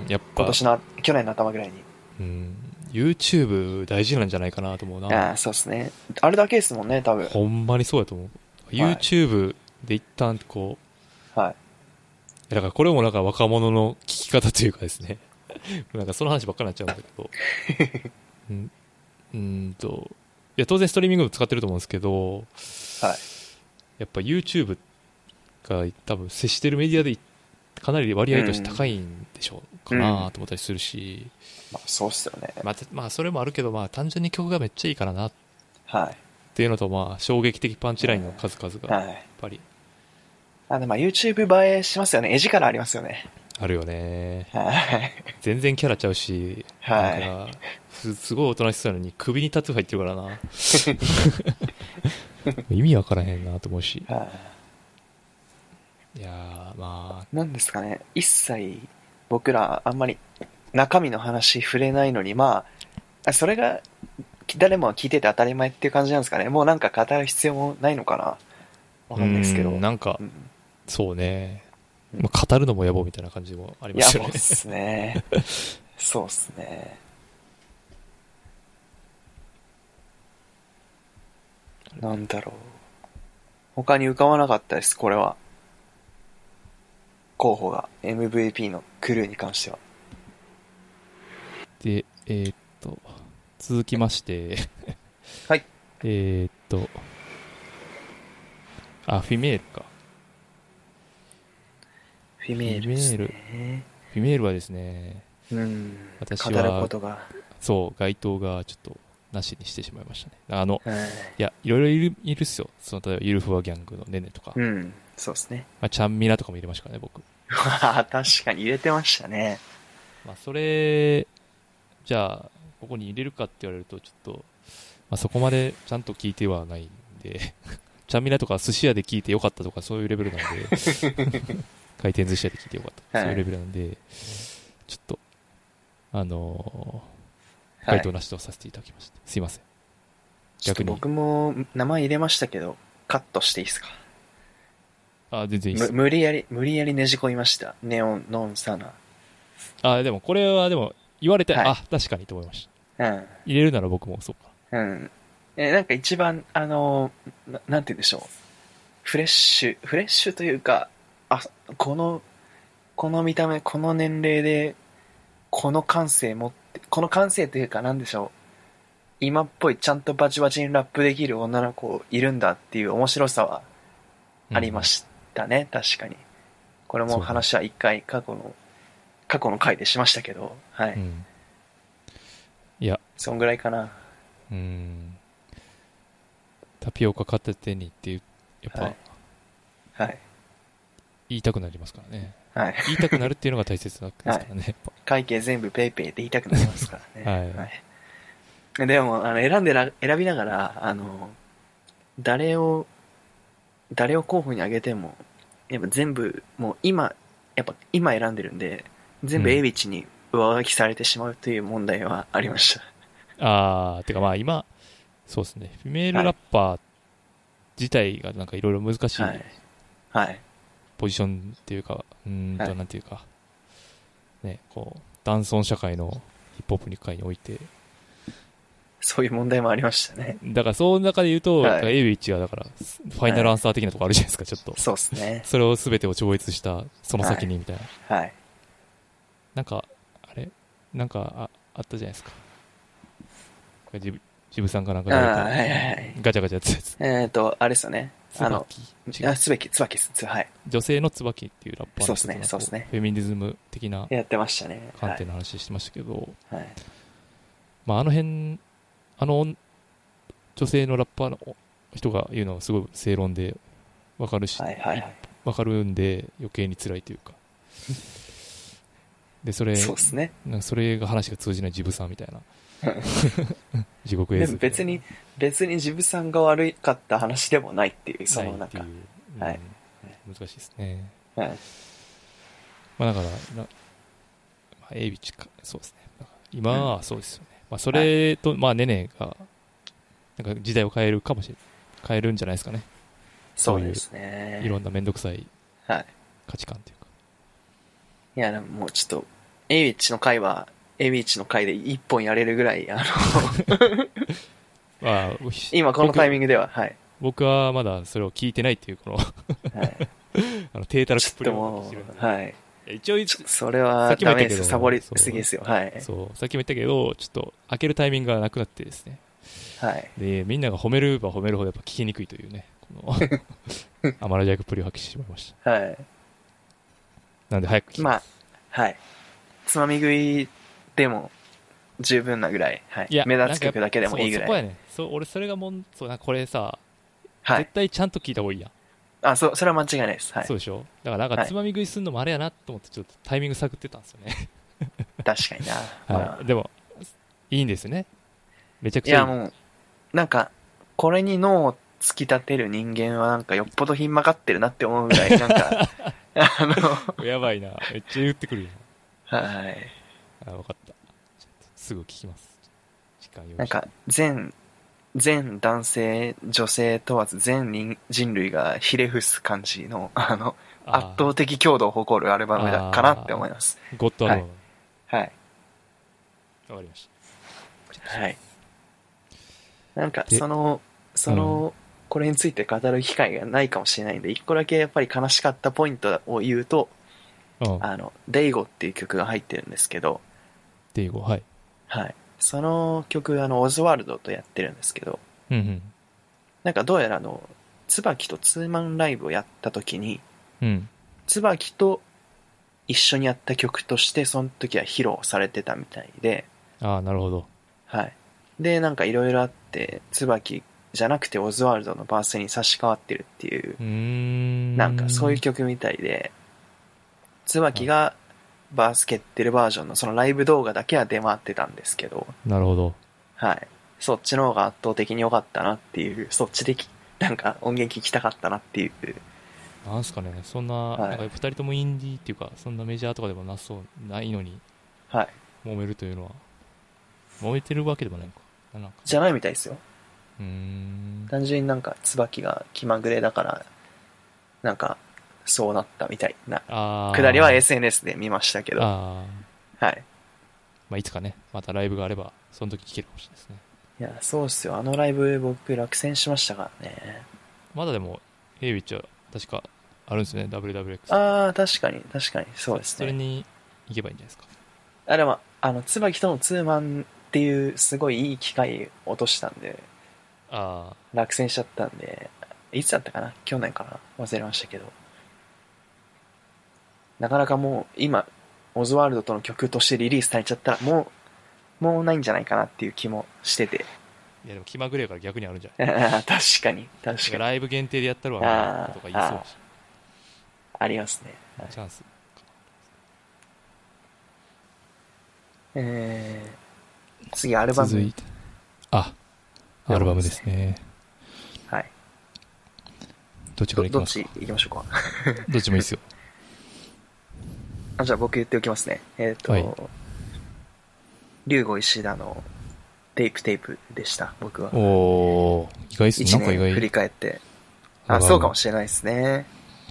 やっぱ今年の去年の頭ぐらいに。 うん、YouTube 大事なんじゃないかなと思うな。 ああ、そうですね。あれだけですもんね、多分。 ほんまにそうやと思う。はい、YouTube で一旦こう、はい。 だからこれもなんか若者の聞き方というかですね。なんかその話ばっかりになっちゃうんだけど。うんうんといや当然ストリーミングも使ってると思うんですけど、はい、やっぱ YouTube が多分接してるメディアでかなり割合として高いんでしょうかなと思ったりするし、 うん、まあ、そうっすよね。 まあ、まあそれもあるけど、まあ単純に曲がめっちゃいいからなはいっていうのと、まあ衝撃的パンチラインの数々がやっぱり、 はい、あでまあ YouTube 映えしますよね。絵力ありますよね。 あるよね。 はい。 全然キャラちゃうし、 はい。 なんかす、すごいおとなしそうなのに首にタトゥー入ってるからな。意味わからへんなと思うし。 はい。 いやー、まあ。 なんですかね。一切僕らあんまり中身の話触れないのに、まあ、それが誰も聞いてて当たり前っていう感じなんですかね。もうなんか語る必要もないのかな。わかんないですけど。 なんか、うん、そうね。まあ、語るのも野暮みたいな感じもありますよね。 野暮っすね。そうっすね。なんだろう。他に浮かばなかったです、これは。候補が エムブイピー のクルーに関しては。 で、えー、っと、続きましてはい。 えー、っと、あ、フィメールか。 フィメールですね。フィメール。 フィメールはですね、 うん、 私は、 語ることが。 そう、該当がちょっとなしにしてしまいましたね。あの、 はい、 いや、いろいろいる、いるっすよ。その、例えば、ゆるふわギャングのねねとか。 うん、そうですね。 まあ、ちゃんみなとかも入れましたからね、僕。 確かに入れてましたね。 まあ、それ、じゃあ、ここに入れるかって言われると、ちょっと、まあ、そこまでちゃんと聞いてはないんで、ちゃんみなとか寿司屋で聞いてよかったとか、そういうレベルなんで、回転寿司屋で聞いてよかった、はい、そういうレベルなんで、ちょっと、あのー、回答なしとさせていただきました。はい、すいません。 逆に。僕も名前入れましたけど、カットしていいですか？ あ、全然いいです。 無理やり、無理やりねじ込みました。ネオン、ノンサナ。 あ、でもこれはでも、言われて、はい、あ、確かにと思いました。 うん。 入れるなら僕もそうか。 うん。 えーなんか一番、あのーな、なんて言うんでしょう。フレッシュ、フレッシュというか、あ、この、この見た目、この年齢で、この感性持って、この感性というかなんでしょう。今っぽいちゃんとバチバチにラップできる女の子いるんだっていう面白さはありましたね、うん、確かに。これも話は一回過去の、過去の回でしましたけど、はい。うん、 いや。 そんぐらいかな。 うん。タピオカ片手にっていう、やっぱ、はい。はい、言いたくなりますからね。はい。言いたくなるっていうのが大切なんですからね。はい、 会計全部ペイペイって言いたくなりますからね。はい。はい、でも、あの、選んでら、選びながら、あの、誰を、誰を候補に挙げても、やっぱ全部、もう今、やっぱ今選んでるんで、全部 A ビチに上書きされてしまうという問題はありました。 うん、あー、てかまあ今、そうですね、フィメールラッパー自体がなんかいろいろ難しい、はい。はい。ポジションっていうか、うーんと、なんていうか、ね、こう、男尊社会のヒップホップに界において、 そういう問題もありましたね。 だからその中で言うと、はい、エイビッチはだから、ファイナルアンサー的なとこあるじゃないですか、はい、ちょっと。 そうですね。 それを全てを超越した、その先にみたいな。はい。はい、なんか、あれなんかあ、あったじゃないですか。これジブ、ジブさんかなんか誰か、はいはいはい、ガチャガチャやってたやつ。 えっと、あれですよね。 つばき。 あ、つばき、つばきです。はい。 女性のつばきっていうラッパーの人が、 そうですね、そうですね。 フェミニズム的な、 やってましたね。 観点の話してましたけど、 はい。 まあ、あの辺、あの、女性のラッパーの人が言うのはすごい正論で分かるし、はいはいはい、分かるんで余計に辛いというかでそれそうですね、 それが話が通じないジブさんみたいな地獄絵図。 でも別に別にジブさんが悪かった話でもないっていうそのなんか、 うん、はい、難しいですね。 はい。 まあだからな、まあ、エイビッチかそうですね。今はそうですよね。うん、まあそれと、はい、まあネネがなんか時代を変えるかもしれない。変えるんじゃないですかね。 そうですね。 そういういろんなめんどくさい価値観というか。 いや、もうちょっと、エイビッチの回は、エイビッチの回で一本やれるぐらい、あのまあ、今このタイミングでは、はい。 僕はまだそれを聞いてないっていう、このはい、あの、低たらくプレイをしてるんで。 はい。 一応、 それはダメです。サボりすぎですよ。はい。 そう、さっきも言ったけど、ちょっと開けるタイミングがなくなってですね。 はい、 でみんなが褒めれば褒めるほどやっぱ聞きにくいというね、このアマラジャクプリを発揮してしまいました。 はい。 なんで早く聞きます。 まあ、はい。つまみ食いでも十分なぐらい、はい。いや目立つ曲だけでもいいぐらい。 そうそこやね。そう俺それがもんそうなんかこれさ、はい、絶対ちゃんと聞いた方がいいやん。 あ、そそれは間違いないです。はい。 そうでしょ。だからなんかつまみ食いするのもあれやなと思ってちょっとタイミング探ってたんですよね。 確かにな。 はい。まあ、でもいいんですね。めちゃくちゃいい。 いやもうなんかこれに脳を突き立てる人間はなんかよっぽどひん曲がってるなって思うぐらいなんかあのやばいな、めっちゃ言ってくるよ。 はい。 あ、分かった。すぐ聞きます。時間用意して。 なんか全全男性女性問わず全人人類がひれ伏す感じのあの圧倒的強度を誇るアルバムだかなって思います。 ゴッドアルバム。 はい。はい。 わかりました。 はい。なんかそのその、うん、これについて語る機会がないかもしれないんで一個だけやっぱり悲しかったポイントを言うと、うん、あのデイゴっていう曲が入ってるんですけど、 デイゴ、はいはい、その曲あのオズワルドとやってるんですけど、 うんうん、 なんかどうやらあの椿とツーマンライブをやった時に、 うん、 椿と一緒にやった曲としてその時は披露されてたみたいで、 ああなるほど、 はい。でなんかいろいろあって椿じゃなくてオズワルドのバースに差し替わってるっていう、 うーんなんかそういう曲みたいで、椿がバース蹴ってるバージョンのそのライブ動画だけは出回ってたんですけど、 なるほど、 はい、そっちの方が圧倒的に良かったなっていう、そっちでなんか音源聞きたかったなっていう。 なんすかね、そんな、はい、なんかふたりともインディーっていうかそんなメジャーとかでもなそうないのに、 はい、 揉めるというのは揉めてるわけでもないのか、なんかじゃないみたいですよ。 うーん、 単純になんか椿が気まぐれだからなんかそうなったみたいなくだりは エスエヌエス で見ましたけど、 あ、 はい、 まあ、いつかねまたライブがあればその時聴けるかもしれないですね。 いいや、そうっすよ。あのライブ僕落選しましたからね。 まだでも、ヘイウィッチは確かあるんですね、ダブリューダブリューエックス。 ああ、確かに、確かに、そうですね。 それに行けばいいんじゃないですか。 あ、でも、あの、椿とのツーマンっていうすごいいい機会落としたんで、 ああ。 落選しちゃったんで、いつだったかな去年かな忘れましたけど。なかなかもう、今、オズワルドとの曲としてリリースされちゃったら、もう、もうないんじゃないかなっていう気もしてて。 いやでも気まぐれやから逆にあるんじゃない確かに、確かに。 ライブ限定でやったるわなとか言いそうし。 ありますね。 チャンス。 えー、次アルバム。 続いて。あ、アルバムですね。 はい。 どっちからいきますか？ どっち行きましょうか。 どっちもいいですよ。 あ、じゃあ僕言っておきますね。えっ、ー、と、はい、龍吾石田のテープテープでした、僕は。 おー、意外っすね。なんか意外。 振り返って。あ、そうかもしれないですね。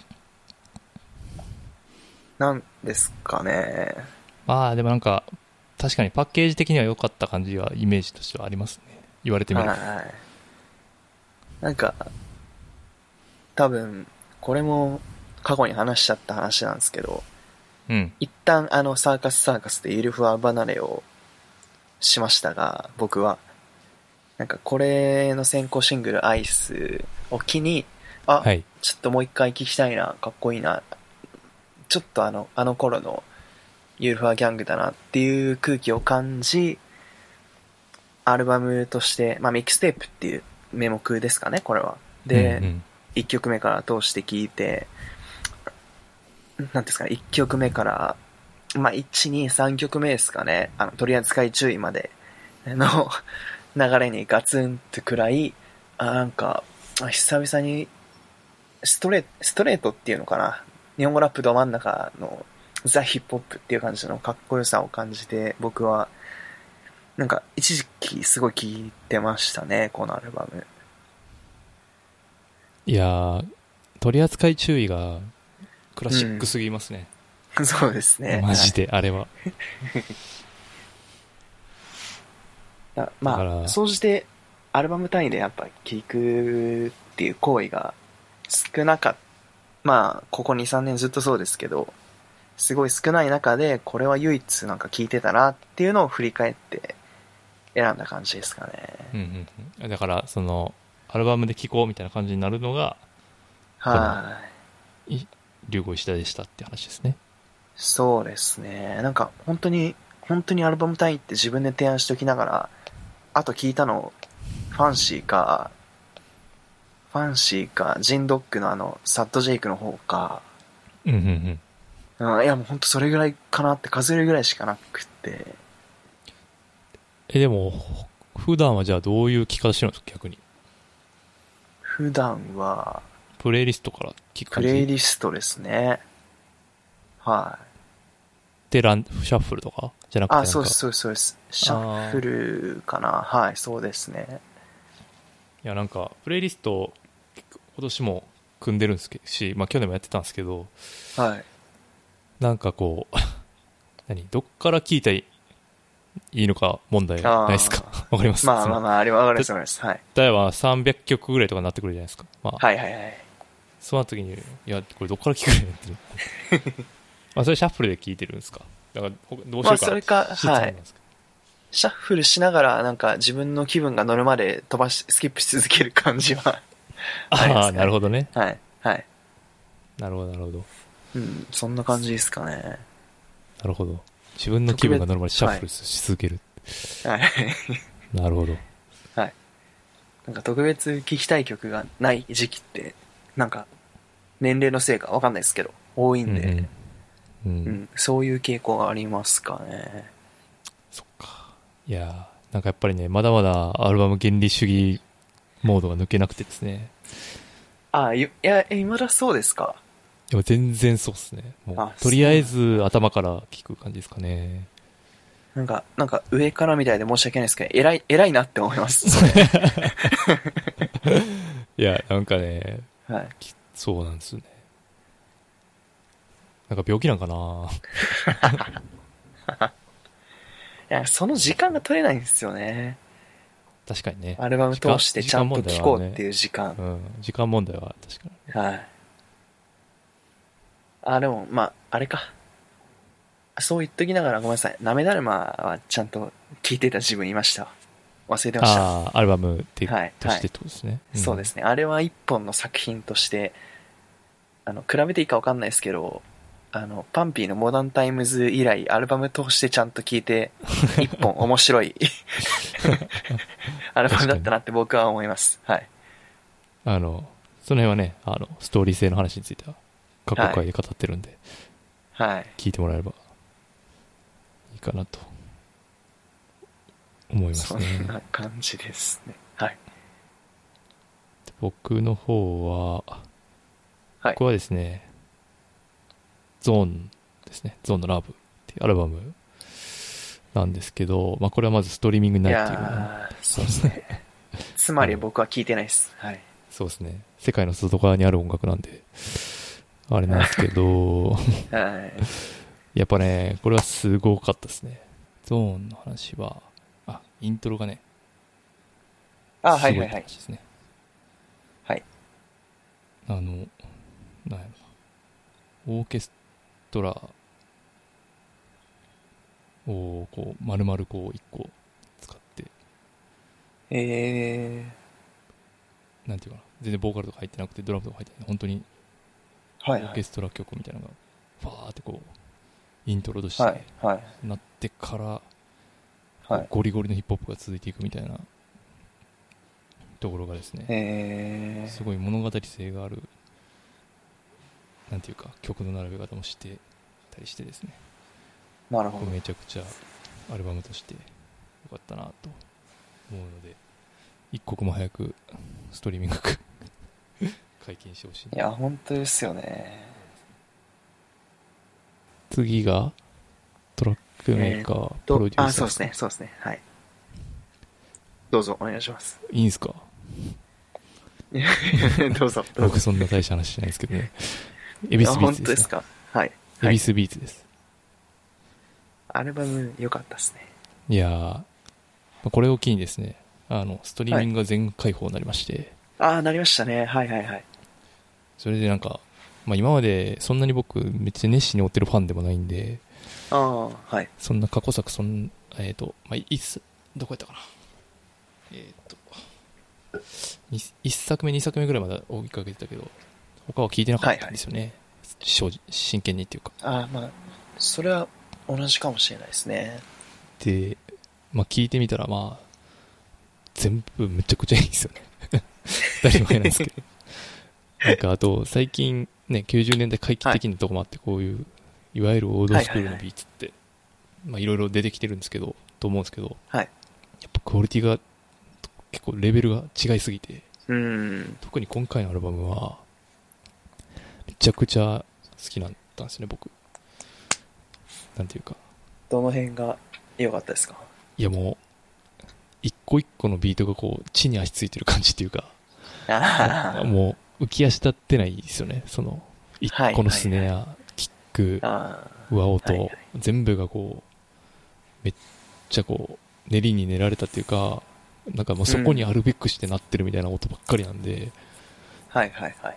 なんですかね。 まあでもなんか、確かにパッケージ的には良かった感じはイメージとしてはありますね。言われてみると。はい。 なんか、多分、これも過去に話しちゃった話なんですけど、 うん、 一旦あのサーカスサーカスでイルフは離れをしましたが、僕はなんかこれの先行シングルアイスを機に、あ、はい、ちょっともう一回聴きたいな、かっこいいな、ちょっとあのあの頃のユルフはギャングだなっていう空気を感じ、アルバムとして、まあミックステープっていう名目ですかね、これは。で、うんうん、いっきょくめから通して聴いて、なんですかね、いっきょくめから、まあ、いち、に、さんきょくめですかね、あの、取り扱い注意までの流れにガツンとくらい、あ、なんか、久々に、ストレート、ストレートっていうのかな、日本語ラップど真ん中のザ・ヒップホップっていう感じのかっこよさを感じて、僕は、なんか、一時期すごい聴いてましたね、このアルバム。 いやー、取り扱い注意が、クラシックすぎますね、 うん、そうですねマジであれはだまあ総じてアルバム単位でやっぱ聴くっていう行為が少なかった。まあここ にさんねんずっとそうですけど、すごい少ない中でこれは唯一なんか聴いてたなっていうのを振り返って選んだ感じですかね。 うんうんうん、だからそのアルバムで聴こうみたいな感じになるのがはい龍吾石田でしたって話ですね。 そうですね。なんか本当に本当にアルバム単位って自分で提案しておきながら、あと聞いたのファンシーかファンシーかジンドッグのあのサッドジェイクの方か、 うんうんうん、 うん、いやもう本当それぐらいかなって数えるぐらいしかなくて。 えでも普段はじゃあどういう聞き方してるんですか逆に。 普段はプレイリストから聞く感じ。 プレイリストですね。はい。 で、ラン、シャッフルとかじゃなくてなんか。 あ、そうです、そうです、そうです。シャッフルかな。はい、そうですね。 いや、なんか、プレイリスト、今年も組んでるんですけどし、まあ去年もやってたんですけど、 はい。 なんかこう、何、どっから聞いたらいいのか問題ないですか？わかります？ まあまあまあ、あれはわかります、わかります。はい。 例えばさんびゃっきょくぐらいとかになってくるじゃないですか。まあ、 はいはいはい。 その時に、いや、これどっから聞くねんって。まあ、それシャッフルで聞いてるんですか？だから、どうしようか。まあ、 それか、はい。シャッフルしながら、なんか自分の気分が乗るまで飛ばし、スキップし続ける感じはあります、ね。ああ、なるほどね。 はい。はい。 なるほど、なるほど。 うん、そんな感じですかね。 なるほど。自分の気分が乗るまでシャッフルし続ける。 はい。 なるほど。 はい。なんか特別聴きたい曲がない時期って、なんか、年齢のせいかわかんないですけど、多いんで、うんうんうん、そういう傾向がありますかね。 そっか。いやー、なんかやっぱりね、まだまだアルバム原理主義モードが抜けなくてですね。 ああ、いや、今だそうですか。 いや、全然そうっすね。もうとりあえず頭から聞く感じですかね。 なんか、なんか上からみたいで申し訳ないですけど、偉い、偉いなって思います。それいや、なんかね、 はい、 そうなんですよね。なんか病気なんかないや、その時間が取れないんですよね。 確かにね。 アルバム通してちゃんと聴こうっていう時間。 うん。時間問題は確かに。 はい。あ、でも、まあ、あれか。そう言っときながらごめんなさい。なめだるまはちゃんと聴いてた自分いましたわ。忘れてました。 ああ、アルバムって、 はい、 としてってことですね。 うん、そうですね。あれは一本の作品として、あの、比べていいか分かんないですけど、あの、パンピーのモダンタイムズ以来、アルバム通してちゃんと聴いて、一本面白いアルバムだったなって僕は思います。はい。 あの、その辺はね、あの、ストーリー性の話については、過去回で語ってるんで、 はい。 聞いてもらえればいいかなと思いますね。 そんな感じですね。はい。 僕の方は、 はい、 僕はですね、ゾーンですね、ゾーンのラブっていうアルバムなんですけど、まあこれはまずストリーミングにないっていうのは、 そうですね。つまり僕は聞いてないです。はい。 そうですね。世界の外側にある音楽なんで、あれなんですけど、はい、やっぱね、これはすごかったですね。ゾーンの話は、あ、イントロがね、 あ、はいはいはい。 ですね。 はい。 あの、なんやろな、オーケストラをこう丸々こう一個使って、 えー、なんていうかな、全然ボーカルとか入ってなくてドラムとか入ってない、本当にオーケストラ曲みたいなのがファーってこうイントロとしてなってから、はい、ゴリゴリのヒップホップが続いていくみたいなところがですね、 えー、 すごい物語性がある、なんていうか曲の並べ方もしてたりしてですね、 なるほど、 めちゃくちゃアルバムとしてよかったなと思うので、一刻も早くストリーミング解禁してほしい。 いや本当ですよね。 次がトラックメーカー、えー、プロデューサー。 あ、そうですね、そうですね、はい。どうぞお願いします。 いいんすか？ どうぞ。 僕そんな大した話しないですけどね。エビスビーツです、ね。 本当ですか？はい。 エビスビーツです。 アルバム良かったですね。 いやー、これを機にですね、あのストリーミングが全開放になりまして。 はい、ああ、なりましたね。はいはいはい。 それでなんか、まあ、今までそんなに僕めっちゃ熱心に追ってるファンでもないんで、 ああ、はい。 そんな過去作そんえっ、ー、とまあいつどこやったかな、えっ、ー、といっさくめにさくめぐらいまで追いかけてたけど、他は聞いてなかったんですよね。はいはい、正直真剣にっていうか。 ああ、まあそれは同じかもしれないですね。 で、まあ聞いてみたらまあ全部めちゃくちゃいいんですよね。当たり前なんですけど。なんかあと最近ね、きゅうじゅうねんだい回帰的なとこもあって、こういういわゆるオールドスクールのビーツってまあいろいろ出てきてるんですけど、と思うんですけど、 はい、 やっぱクオリティが結構レベルが違いすぎて、 うん、 特に今回のアルバムはめちゃくちゃ好きだったんですね、僕。なんていうか。 どの辺が良かったですか？ いやもう一個一個のビートがこう地に足ついてる感じっていうか、もう浮き足立ってないですよね。その一個のスネア、はいはいはい、キック、上音、はいはい、全部がこうめっちゃこう練りに練られたっていうか、なんかもうそこにあるべくしてなってるみたいな音ばっかりなんで、うん、 はいはいはい、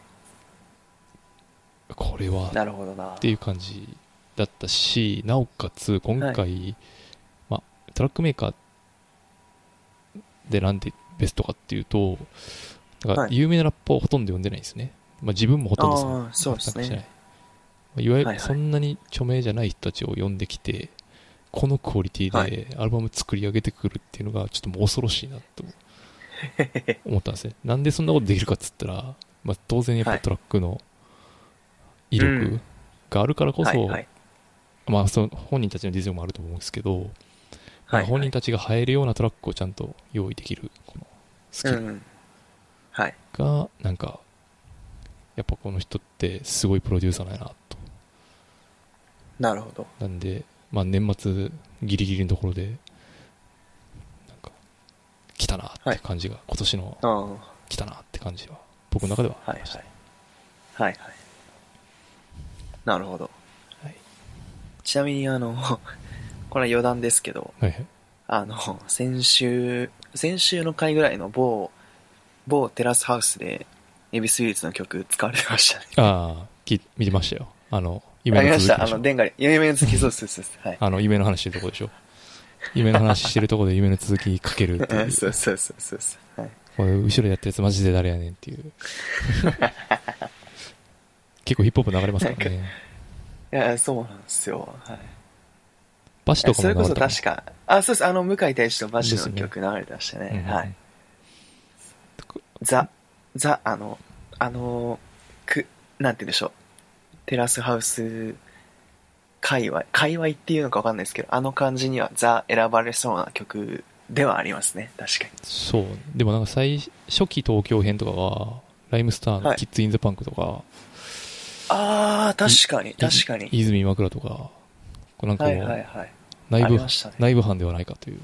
これはなるほどなっていう感じだったし、なおかつ今回、はい、まあ、トラックメーカーでなんでベストかっていうと、だから有名なラッパーをほとんど読んでないんですね。まあ、自分もほとんどそうそうですね。 いわゆるそんなに著名じゃない人たちを呼んできて、はいはい、このクオリティでアルバム作り上げてくるっていうのがちょっともう恐ろしいなと思ったんですね。なんでそんなことできるかっつったら、まあ、当然やっぱトラックの威力があるからこそ、はいはい、まあその本人たちの実力もあると思うんですけど、はいはい、本人たちが入るようなトラックをちゃんと用意できるこのスキルがなんかやっぱこの人ってすごいプロデューサーなんやなと。 なるほど。 なんで、まあ、年末ギリギリのところでなんか来たなって感じが、はい、今年の来たなって感じは僕の中ではありました。 はいはい、はいはい、なるほど、はい、ちなみにあのこれは余談ですけど、 はいはい、 あの、先週、先週の回ぐらいの某、某テラスハウスで、エビスイーツの曲使われてましたね。 ああ、き見てましたよ。あの、夢ありました。 の続きでしょ。 あの、デンガリ、夢の続き、そうそうそうそう。はい。 あの、夢の話してるとこでしょ。夢の話してるとこで夢の続きかけるっていう。 そうそうそうそうそう。はい。 これ後ろでやったやつマジで誰やねんっていう。結構ヒップホップ流れますからね。 いや、そうなんですよ。はい。 バシとかも流れたそれこそ確か、あ、そうです。あの、向井大志とバシの曲流れてましたね。 ね、 はい。ザ、ザ、あの、あの、く、なんて言うんでしょう。テラスハウス界隈、界隈っていうのかわかんないですけど、あの感じにはザ選ばれそうな曲ではありますね。確かに。 そう。でもなんか最初期東京編とかは、ライムスターのキッズ・イン・ザ・パンクとか、はい、 ああ、確かに、確かに。 泉今倉とか、こうなんかもう、 はいはいはい、 内部、 ね、 内部犯ではないかという。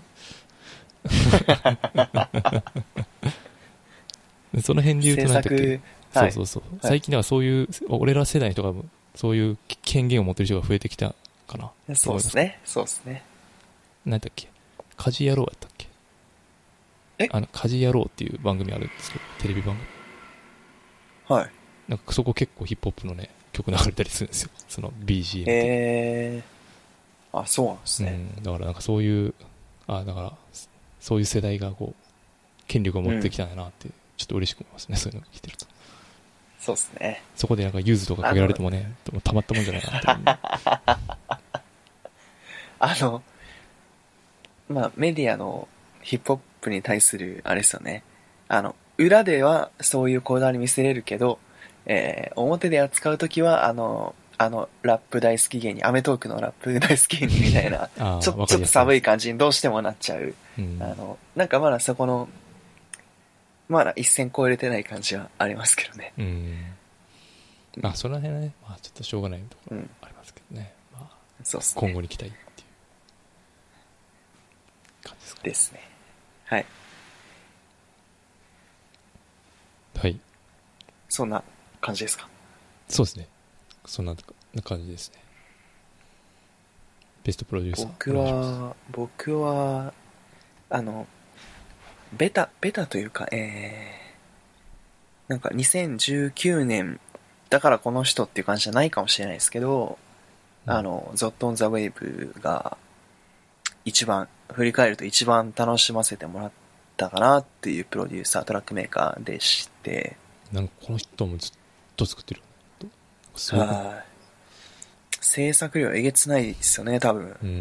その辺で言うと何だっけ、はい、そうそうそう、はい、最近ではそういう、俺ら世代の人がそういう権限を持ってる人が増えてきたかな。 そうですね、そうですね。 何だっけ、家事野郎やったっけ、 えあの、家事野郎っていう番組あるんですけど、テレビ番組。 はい。 なんかそこ結構ヒップホップのね、曲流れたりするんですよ。その ビージーエム で。 へー。あ、そうなんですね。 うん、だからなんかそういう、あ、だから、そういう世代がこう、権力を持ってきたんだなって、うん、ちょっと嬉しく思いますね、そういうのを聞いてると。 そうですね。 そこでなんかユーズとかかけられてもね、もたまったもんじゃないなって。 あの、まあ、メディアのヒップホップに対する、あれですよね。あの、裏ではそういうこだわり見せれるけど、えー、表で扱うときは、あの、あの、ラップ大好き芸人、アメトークのラップ大好き芸人みたいな、ちょ、ちょっと寒い感じにどうしてもなっちゃう。うん、あの、なんかまだそこの、まだ一線越えれてない感じはありますけどね。 うん。まあ、その辺はね、まあ、ちょっとしょうがないところありますけどね。うん、まあ、 そうっすね。 今後に期待っていう感じですかね。 ですね。はい。 はい。 そんな感じですか。 そうですね。そんな感じですね。ベストプロデューサー。 僕は、僕は、あの、ベタ、ベタというか、えー、なんかにせんじゅうきゅうねんだからこの人っていう感じじゃないかもしれないですけど、うん、あの、ゾット・オン・ザ・ウェイブが一番、振り返ると一番楽しませてもらったかなっていうプロデューサー、トラックメーカーでして、 なんかこの人もずっと作ってる。すごい。 制作量えげつないですよね、多分。 うん、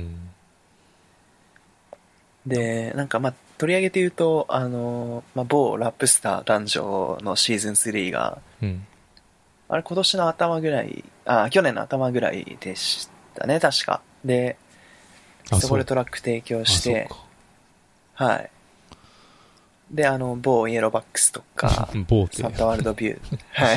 で、なんかまあ、取り上げて言うと、あの、まあ、某ラップスター男女のシーズンスリーが、 うん、 あれ今年の頭ぐらい、あ、去年の頭ぐらいでしたね、確か。で、そこでトラック提供して、はい。で、あの、某イエローバックスとか、 某ってサンタワールドビュー。はい。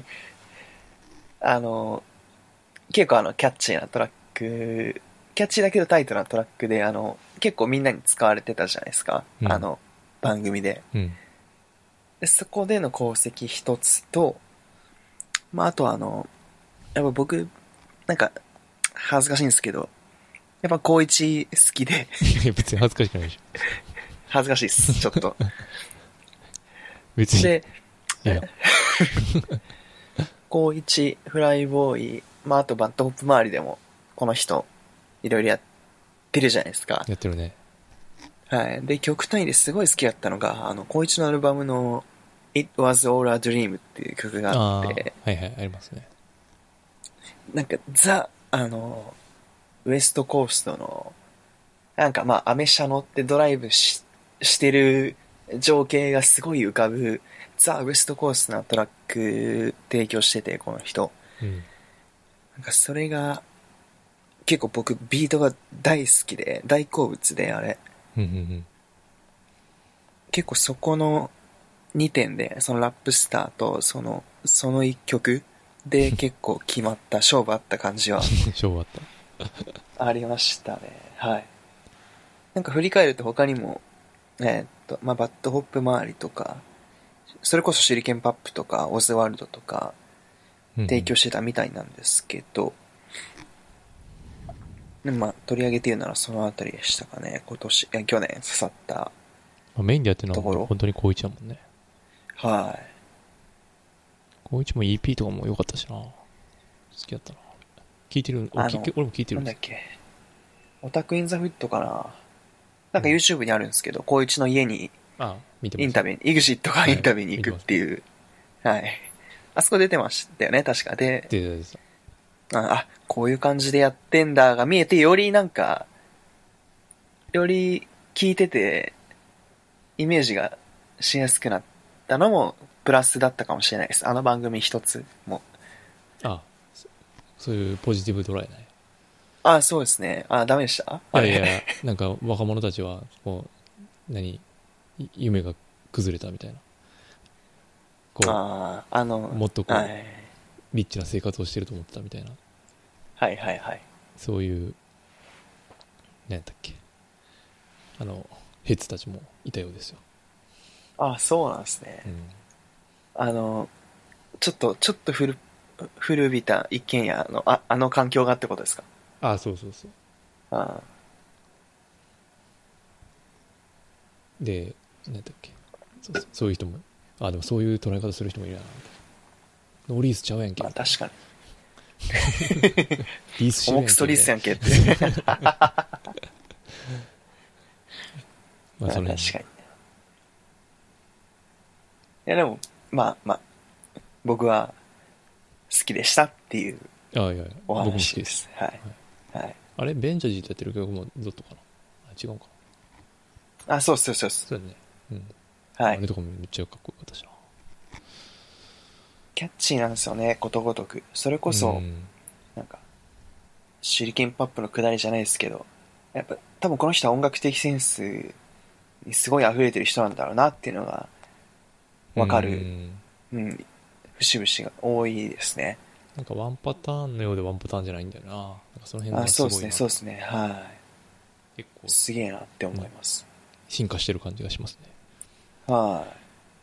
あの、結構あの、キャッチーなトラック、キャッチーだけどタイトなトラックで、あの、結構みんなに使われてたじゃないですか。うん、あの、番組で。 うん、 で、そこでの功績一つと、まあ、あとあの、やっぱ僕、なんか、恥ずかしいんですけど、やっぱ高一好きで。 いや、別に恥ずかしくないでしょ。 恥ずかしいっす、ちょっと。 別に。 で、 いや高一、フライボーイ、まあ、あとバッドホップ周りでも、この人、いろいろやってるじゃないですか。 やってるね。 はい。で、曲単位ですごい好きだったのが、あの、高一のアルバムの It Was All a Dream っていう曲があって、 あはいはい、ありますね。 なんか、ザ、あの、ウエストコーストの、なんかまあ、アメ車乗ってドライブし、してる情景がすごい浮かぶ、ザ・ウエストコーストなトラック提供してて、この人。 うん、 なんかそれが、結構僕、ビートが大好きで、大好物で、あれ。 うんうんうん、 結構そこのにてんで、そのラップスターと、その、そのいっきょくで結構決まった、勝負あった感じは。 勝負あった。 ありましたね。はい。なんか振り返ると他にも、えー、っと、まあ、バッドホップ周りとか、それこそ手裏剣パップとか、オズワルドとか、提供してたみたいなんですけど、 でまあ、取り上げて言うならそのあたりでしたかね。今年、え去年刺さった。 まあ、メインでやってるのところは本当に高一だもんね。 はい。 高一も イーピー とかも良かったしな。好きだったな。聞いてる、俺あの聞俺も聞いてるなんんですだっけ。オタクインザフットかな。なんか YouTube にあるんですけど、高一の家にあ、見てまインタビュー、イグジットがインタビューに行くっていう。はい。あそこ出てましたよね、確か。で、 で、であ、あこういう感じでやってんだが見えて、よりなんか、より聞いてて、イメージがしやすくなったのも、プラスだったかもしれないです。あの番組一つも。 あ、そそういうポジティブドライね。 あ、そうですね。あ、ダメでしたいやいや、なんか若者たちは、こう、何、い夢が崩れたみたいな。こう、 ああ、あの、 もっとこう、 はい、 リッチな生活をしてると思ってたみたいな。 はいはいはい。 そういう、何やったっけ。あの、ヘッズたちもいたようですよ。 あ、そうなんですね。 うん。 あの、ちょっと、ちょっと古、古びた一軒家の、あ、あの環境がってことですか？ あ、そうそうそう。 あで、何やったっけ。そうそう、そういう人も、あ、でもそういう捉え方する人もいるな、みたいな。ノーリースちゃうやんけ。 まあ確かに。 リースしようやんけ。 重くそリースやんけって。 まあ、その確かに。いやでも、まあまあ、僕は好きでしたっていうあいやいや、 お僕も好きで。 話ですす。はい。はい。はい、 あれベンジャジーとやってる曲もゾットかなあ、違うかな。 あ、そうそうそうそう。 そうだね。うん。 はい。 あれとかもめっちゃかっこよかったしな。 キャッチーなんですよね、ことごとく。それこそ、 うんなんか、シリケンパップのくだりじゃないですけど、やっぱ多分この人は音楽的センスにすごい溢れてる人なんだろうなっていうのがわかうる、 んうん、節々が多いですね。 なんかワンパターンのようでワンパターンじゃないんだよな。なんかその辺あ、 がすごいな。 そうですね、そうですね。は結構い。すげえなって思います。 進化してる感じがしますね。 はい。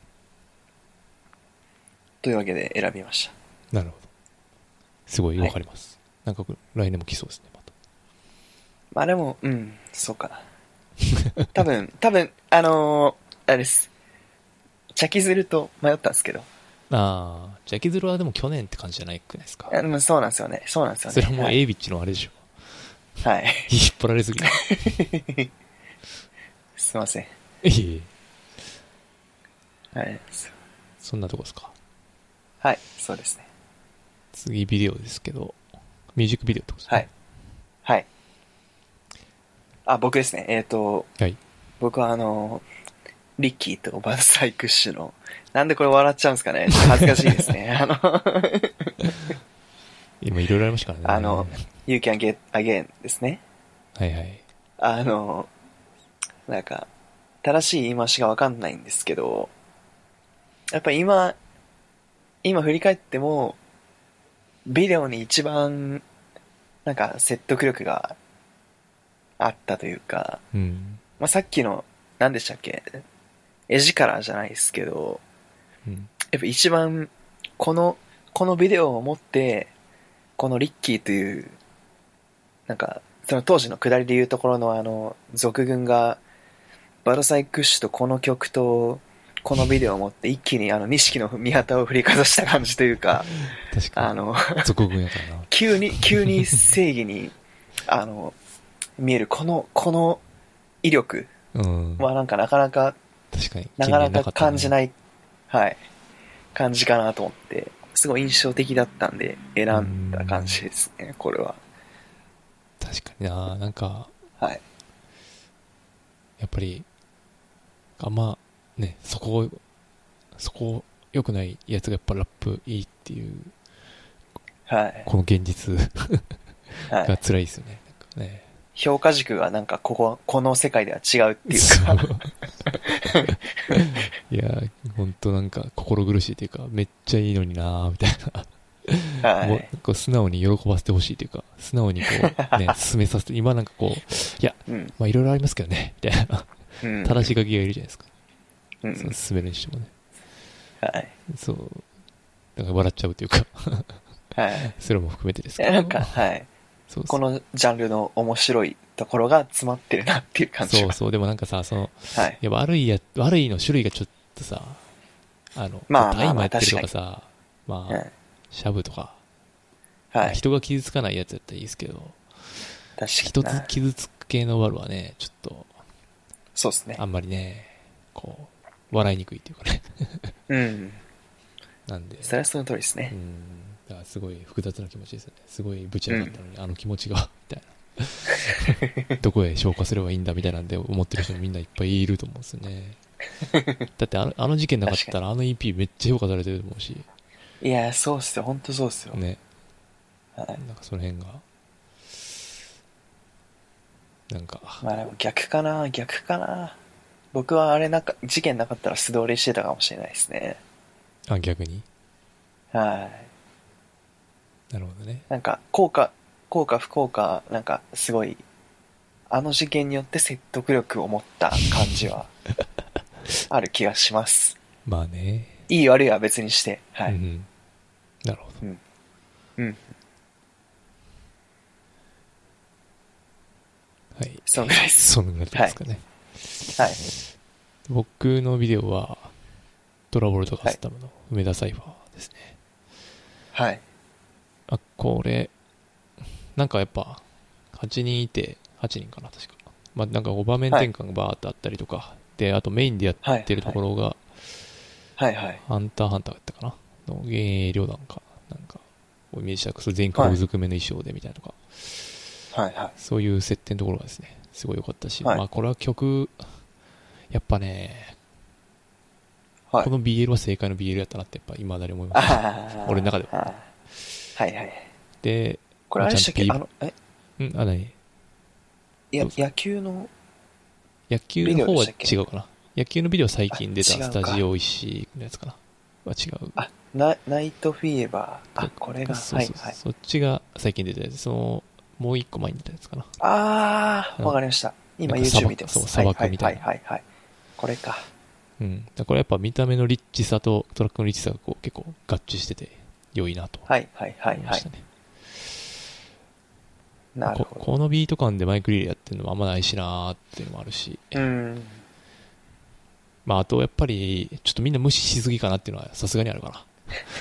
というわけで選びました。 なるほど。すごいわかります。はい、なんか来年も来そうですね、また。 まあでも、うん、そうかな。多分、多分、あのー、あれです。チャキズルと迷ったんですけど。 ああ、ジャキズルはでも去年って感じじゃないくないですか。 いやでもそうなんですよね。そうなんですよね。 それはもうエイビッチのあれでしょ。 はい。 引っ張られすぎる。 すいません。 いえいえ。 はい。 そんなとこですか。 はい、そうですね。 次ビデオですけど、ミュージックビデオってことですね。 はい。はい。あ、僕ですね。えっ、ー、と、 はい。 僕はあの、リッキーとバズ・サイクッシュの、なんでこれ笑っちゃうんですかね。ちょっと恥ずかしいですね。あの今いろいろありましたからね。 あの、You Can Get Again ですね。 はいはい。 あの、なんか、正しい言い回しがわかんないんですけど、やっぱ今、今振り返っても、ビデオに一番、なんか説得力があったというか、 うん。 まあ、さっきの、何でしたっけ、絵力じゃないですけど、 うん、 やっぱ一番、この、このビデオを持って、このリッキーという、なんか、その当時の下りでいうところのあの、族軍が、バドサイクッシュとこの曲と、このビデオを持って一気にあの、錦の宮旗を振りかざした感じというか、 確かに。 あの、 族軍やからな。 急に、急に正義に、あの、見える、この、この威力うん。 はなんかなかなか、 確かに。 なかなか感じい。 ない、はい、感じかなと思って、すごい印象的だったんで、選んだ感じですね、これは。 確かにな、なんか、 はい。 やっぱり、あんま、ね、そこ、そこ、良くないやつがやっぱラップいいっていう、 はい。 この現実はい、 が辛いですよね。なんかね、 評価軸がなんかここ、この世界では違うっていうか。 いや、ほんとなんか心苦しいというか、めっちゃいいのになーみたいな。 はい、 もうこう素直に喜ばせてほしいというか、素直にこう、ね、進めさせて、今なんかこう、いや、 うん、 まあいろいろありますけどね、みたいな、 うん、 正し書きがいるじゃないですか。 うん、 その進めるにしてもね。 はい。 そう、なんか笑っちゃうというか、 はい。 それも含めてですけいや、 ど。 なんか、はい。 そうそうこのジャンルの面白いところが詰まってるなっていう感じが。 そうそう。でもなんかさ、その、 はい。 いや悪いや、悪いの種類がちょっとさ、あの、 まあまあまあ大麻やってるとかさ、まあ、 うんシャブとか、 はい。 まあ人が傷つかないやつやったらいいですけど、 確か一にな。 つ傷つく系の悪はね、ちょっと、 そうですねあ。んまりね、こう、笑いにくいっていうかね。 うん。 なんで、 それはその通りですね。 うん、だからすごい複雑な気持ちですよね。すごいぶちなかったのに、あの気持ちが、みたいな。どこへ消化すればいいんだみたいなんで思ってる人もみんないっぱいいると思うんですよね。だってあのあの事件なかったらあの イーピー めっちゃ評価されてると思うし、 いや、そうっすよ。ほんとそうっすよ。 ね、 はい。 なんかその辺が、なんか、 まあでも逆かな、逆かな。僕はあれなんか、事件なかったら素通りしてたかもしれないですね。 あ、逆にはい。 なるほどね。 なんか、効果、効果不効果、なんか、すごい、あの事件によって説得力を持った感じは、ある気がします。 まあね。 いい悪いは別にして、はい。 うん、なるほど。 うん。うん。 はい。 そのぐらいです。 そのぐらいですかね。 はい。 僕のビデオは、トラボルトカスタムの梅田サイファーですね。 はい。 あ、これ、なんかやっぱ、はちにんいて、はちにんかな、確か。まあ、なんか場面転換がバーってあったりとか、で、あとメインでやってるところが、 はいはい。 ハンターハンターだったかなの、幻影旅団か、なんか、をイメージした、全黒ずくめの衣装でみたいなとか、 はいはい。 そういう設定のところがですね、すごい良かったし、 はいまあこれは曲、やっぱね、 はい。 この ビーエル は正解の ビーエル やったなってやっぱ今だに思いました。 あ俺の中では。 は。はいはい。 で、 これあれでしたっけ、 まああの、えうん、あ、何やどうぞ野球の、 野球の方はビデオでしたっけ違うかな。野球のビデオ最近出たあ違うかスタジオ石井のやつかな。は違う。 あ、ナナイトフィーバー。あ、これが、 そうそうそうはいはい。 そっちが最近出たやつ。その、もう一個前に出たやつかな。 あー、わかりました。今なんか砂 YouTube 漠見てます。 そう砂漠みたいなはいはいはい、はい。これか。 うん。だからこれやっぱ見た目のリッチさとトラックのリッチさがこう結構合致してて良いなとはいはいはいはい思いました。ね。 なるほここのビート感でマイクリレーやってるのもあんまないしなーっていうのもあるし、 ど。うん。 まああとやっぱりちょっとみんな無視しすぎかなっていうのはさすがにあるかな。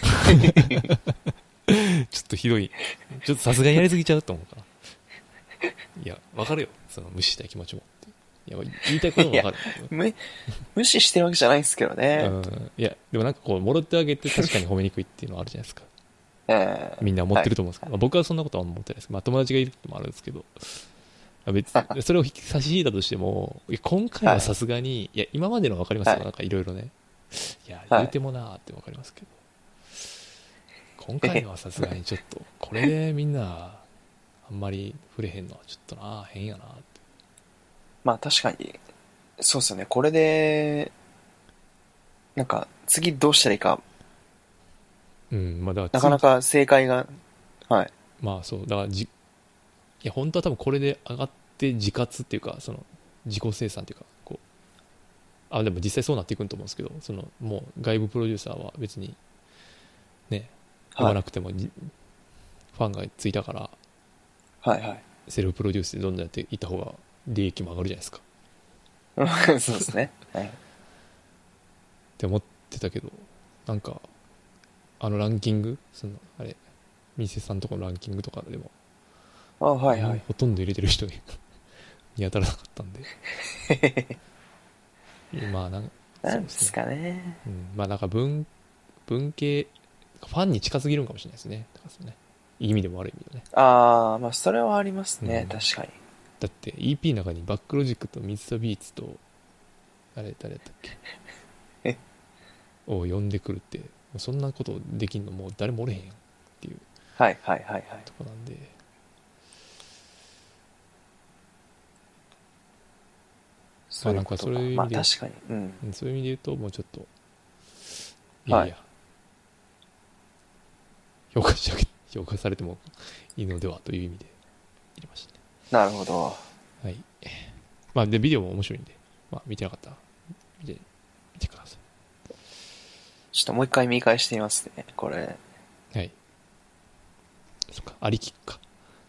ちょっとひどい。ちょっとさすがにやりすぎちゃうと思うかな。いや、わかるよ。その無視したい気持ちも。いや、言いたいこともわかる。 無無視してるわけじゃないんですけどね。 うん。いや、でもなんかこう、もろってあげて確かに褒めにくいっていうのはあるじゃないですか。 えーみんな思ってると思うんですけど、 はいまあ、僕はそんなことは思ってないですけど、まあ友達がいるってのもあるんですけど、あ別にそれを差し引いたとしても、いや今回はさすがに、いや、今までのはわかりますよ。 はいなんかいろいろね。いや、 はい言うてもなーってわかりますけど、今回のはさすがにちょっと、これでみんな、あんまり触れへんのはちょっとな、変やなって。 まあ確かに、そうですよね。これで、なんか、次どうしたらいいか、 うん、まあだからなかなか正解が、はい。 まあそう、だからじ、いや、本当は多分これで上がって自活っていうか、その、自己生産っていうか、こう、あ、でも実際そうなっていくんと思うんですけど、その、もう外部プロデューサーは別に、ね、呼ばなくても、じファンがついたから、 はいはい。 セルフプロデュースでどんどんやっていった方が利益も上がるじゃないですか。 そうですね。はい。 って思ってたけど、なんか、あのランキング、その、あれ、店さんとこのランキングとかでも、 あ、はいはい。 ほとんど入れてる人に見当たらなかったんで。まあなんなんですかね。 うん、まあなんか文、文系、ファンに近すぎるんかもしれないですね。だからね、いい意味でも悪い意味でね。 ああ、まあそれはありますね。 うん確かに。 だって イーピー の中にバックロジックとミスタービーツと、あれ、誰だったっけえを呼んでくるって、もうそんなことできんのもう誰もおれへんやんっていうはいはいはいはい。 とこなんで、 そういうことか。 まあなんかそういう意まあ味で確かに。うん。 うんそういう意味で言うと、もうちょっと、いやいや、 はい評価し上げ、評価されてもいいのではという意味で入れましたね。 なるほど。 はい。まあ、で、ビデオも面白いんで、まあ、見てなかったら、見て、見てくださちょっともう一回見返してみますね。これ。 い。はい。そっか、ありきっか。一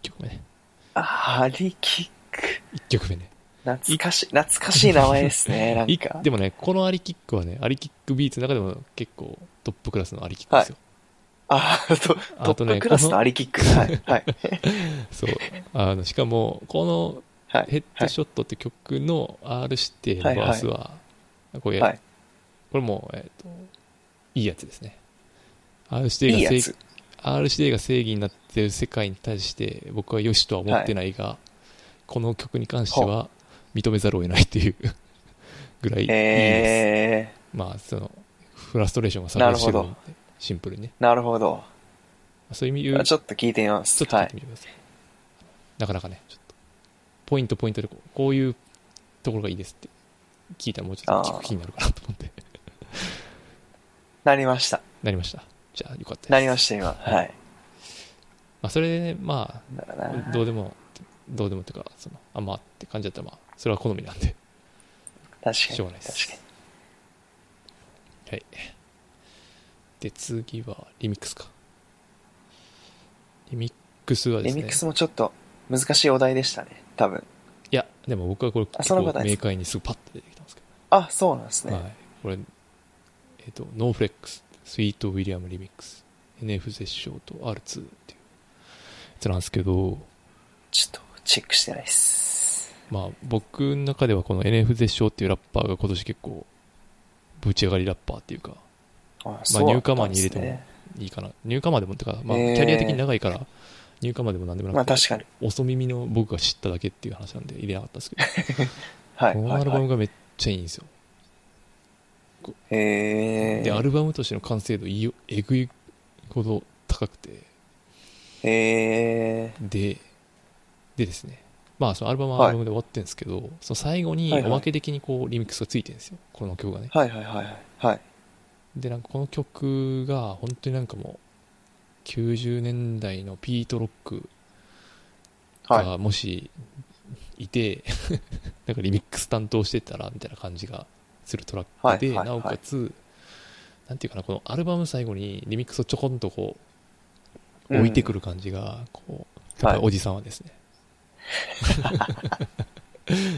きょくめね。 あ、アリキック。 いっきょくめね。 懐かしい、懐かしい名前ですね、なんか。 でもね、このアリキックはね、アリキックビーツの中でも結構トップクラスのアリキックですよ。 はい、あと、 あとね、 トップクラスのアリキック。はい。はい。 そう。あの、しかも、このはい、 ヘッドショットって曲の R 指定のバースは、これ、はい、これも、えっ、ー、と、いいやつですね。R 指定が正義、R 指定が正義になっている世界に対して僕は良しとは思ってないが、はい、この曲に関しては認めざるを得ないっていうぐらいいいです。 えー、まあ、その、フラストレーションが作動してるので、シンプルにね。 なるほど。 そういう意味で、 ちょっと聞いてみます。 ちょっと聞いてみてください。はい、なかなかね、ちょっと、ポイントポイントでこう、こういうところがいいですって聞いたらもうちょっと聞く気になるかなと思って。 なりました。 なりました。じゃあよかったです。 なりました、今。はい。はい、 まあ、それでね、まあ、どうでも、どうでもっていうか、その、あ、まあって感じだったら、まあ、それは好みなんで。 確かに。 しょうがないです。 確かに。はい。で、次は、リミックスか。リミックスはですね。 リミックスもちょっと難しいお題でしたね、多分。 いや、でも僕はこれ、結構明快にすぐパッと出てきたんですけど。 あ、そうなんですね。 はい。これ、えっ、ー、と、ノーフレックス、スイートウィリアムリミックス、エヌエフゼッショーと アールツー っていうやつなんですけど、 ちょっとチェックしてないです。 まあ、僕の中ではこの エヌエフゼッショーっていうラッパーが今年結構、ぶち上がりラッパーっていうか、 ああまあ、ニューカマーに入れてもいいかな。ニューカマーでもってか、まあ、キャリア的に長いから、ニューカマーでもなんでもなくて、 まあ確かに。 遅耳の僕が知っただけっていう話なんで入れなかったんですけど、 はい、 このアルバムがめっちゃいいんですよ。 へー。 で、アルバムとしての完成度いいよ、えぐいほど高くて、 へー。 で、でですね、まあそのアルバムはアルバムで終わってるんですけど、はい、その最後におまけ的にこうリミックスがついてるんですよ、この曲がね。 はいはいはいはい。はい。 で、なんかこの曲が本当になんかもうきゅうじゅうねんだいのピートロックがもしいて、はい、なんかリミックス担当してたらみたいな感じがするトラックで、はいはいはい、なおかつなんていうかな、このアルバム最後にリミックスをちょこんとこう置いてくる感じが、こうやっぱりおじさんはですね、はい、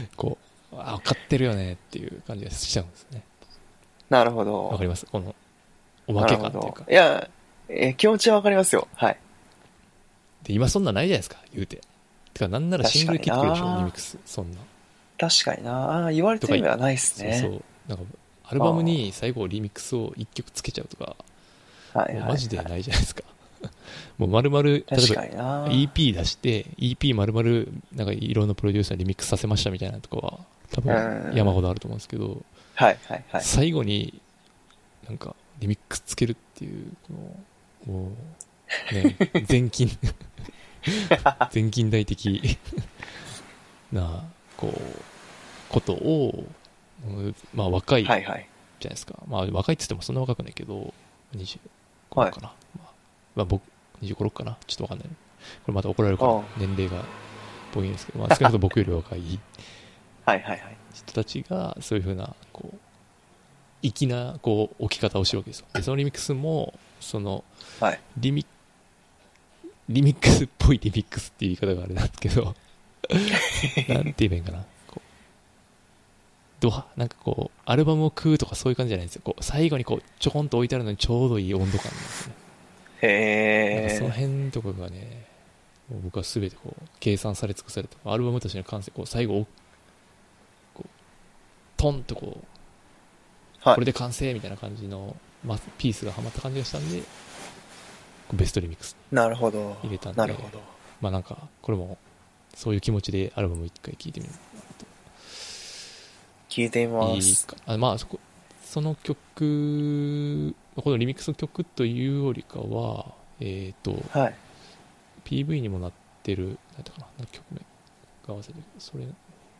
こうあ分かってるよねっていう感じがしちゃうんですね。 なるほど。 わかります、このおまけ感っていうか。 いや、え気持ちはわかりますよ。はい。 で今そんなないじゃないですか、言うて。てかなんならシングルで切ってくるでしょ、リミックス。そんな。 確かにな、言われてみればないっすね。 そうそう。なんかアルバムに最後リミックスをいっきょくつけちゃうとか、 はいはいはい、 もうマジでないじゃないですか。もう丸々、例えば イーピー 出して、イーピー 丸々なんかいろんなプロデューサーにリミックスさせましたみたいなとかは多分山ほどあると思うんですけど、 はいはいはい、 最後になんかリミックスつけるっていうこのもうね全近全近代的なこうことを、まあ若いじゃないですか、はいはい、まあ若いって言ってもそんな若くないけどにじゅうごかな、はい、まあまあ、僕にじゅうご、ろくかな、ちょっとわかんない。これまた怒られるから年齢がぼんやりですけど、まあ、少なくとも僕より若いはいはいはい人たちがそういうふうなこう粋なこう置き方をしてるわけですよ。でそのリミックスもその、 はい、 リミリミックスっぽいリミックスっていう言い方があれなんですけどなんて言えばいいんかな、こうドハなんかこうアルバムを食うとかそういう感じじゃないんですよ。こう最後にこうちょこんと置いてあるのにちょうどいい温度感なんですね。 へー。 その辺とかがね、もう僕は全てこう計算され尽くされたアルバムとしての完成、こう最後こうトンとこう、はい、これで完成みたいな感じの、ま、ピースがはまった感じがしたんで、ベストリミックスなるほど入れたんで、 なるほど、 まあなんかこれもそういう気持ちでアルバムを一回聴いてみると聞いてみます。 いいかあ、まあそこその曲、このリミックスの曲というよりかは、えっと、 はい、 ピーブイ にもなってる、なんていうかな、何曲目が合わせてる、それ、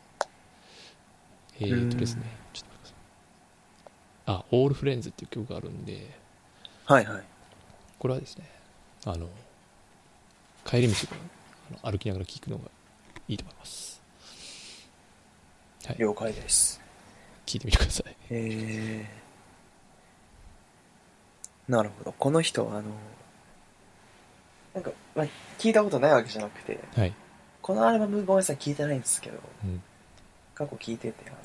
えーとですね、ちょっと待ってください。あ、All Friends っていう曲があるんで、 はいはい。 これはですね、あの、帰り道があの歩きながら聴くのがいいと思います。 はい、了解です。 聞いてみてください。 えー、なるほど。この人はあのなんかまあ、聞いたことないわけじゃなくて、 はい。 このアルバムごめんなさい聞いてないんですけど、 うん。 過去聞いてて、あの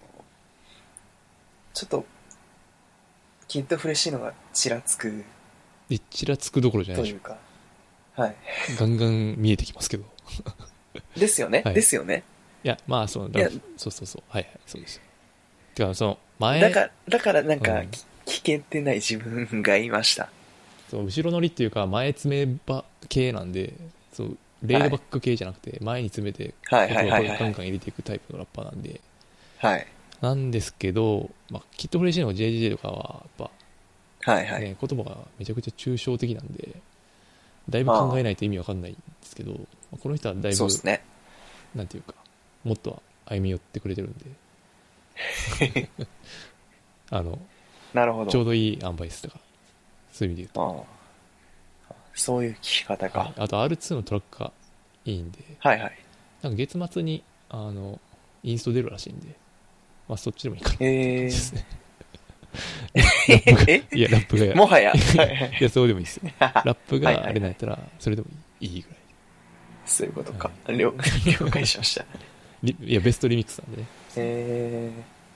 ちょっとキッドフレッシュのがちらつくで、ちらつくどころじゃないでしょ。 というか、はい。 ガンガン見えてきますけど。 ですよね、 はいですよね。 いや、まあ、その、 いやそうそうそう。はいはい、そうですよ。てか、その、前、 だからだからなんか、 うん聞聞けてない自分がいました。 そう後ろ乗りっていうか、前詰めば系なんで、そう、レイドバック系じゃなくて、前に詰めて、 はいはいはいはいガンガン入れていくタイプのラッパーなんで、 はいなんですけど、まあ、キッドフレッシュの ジェイジェー とかは、やっぱ、 はいはい、 ね、言葉がめちゃくちゃ抽象的なんで、だいぶ考えないと意味わかんないんですけど、この人はだいぶ、 そうですね。 なんていうか、もっと歩み寄ってくれてるんで、あの、 なるほど。 ちょうどいい塩梅ですとか、そういう意味で言うと。 ああ、そういう聞き方か。 はい、あと アールツー のトラックがいいんで、 はいはい。 なんか月末に、あの、インスト出るらしいんで、まあそっちでもいいかなってえ感じですね。 ー、えいや、ラップが、 もはや。はいはいいや、そうでもいいですよ。ラップはいはいはいがあれなんやったら、それでもいいぐらい。 そういうことか。 は了了解しました。 リいや、ベストリミックスなんでね。 え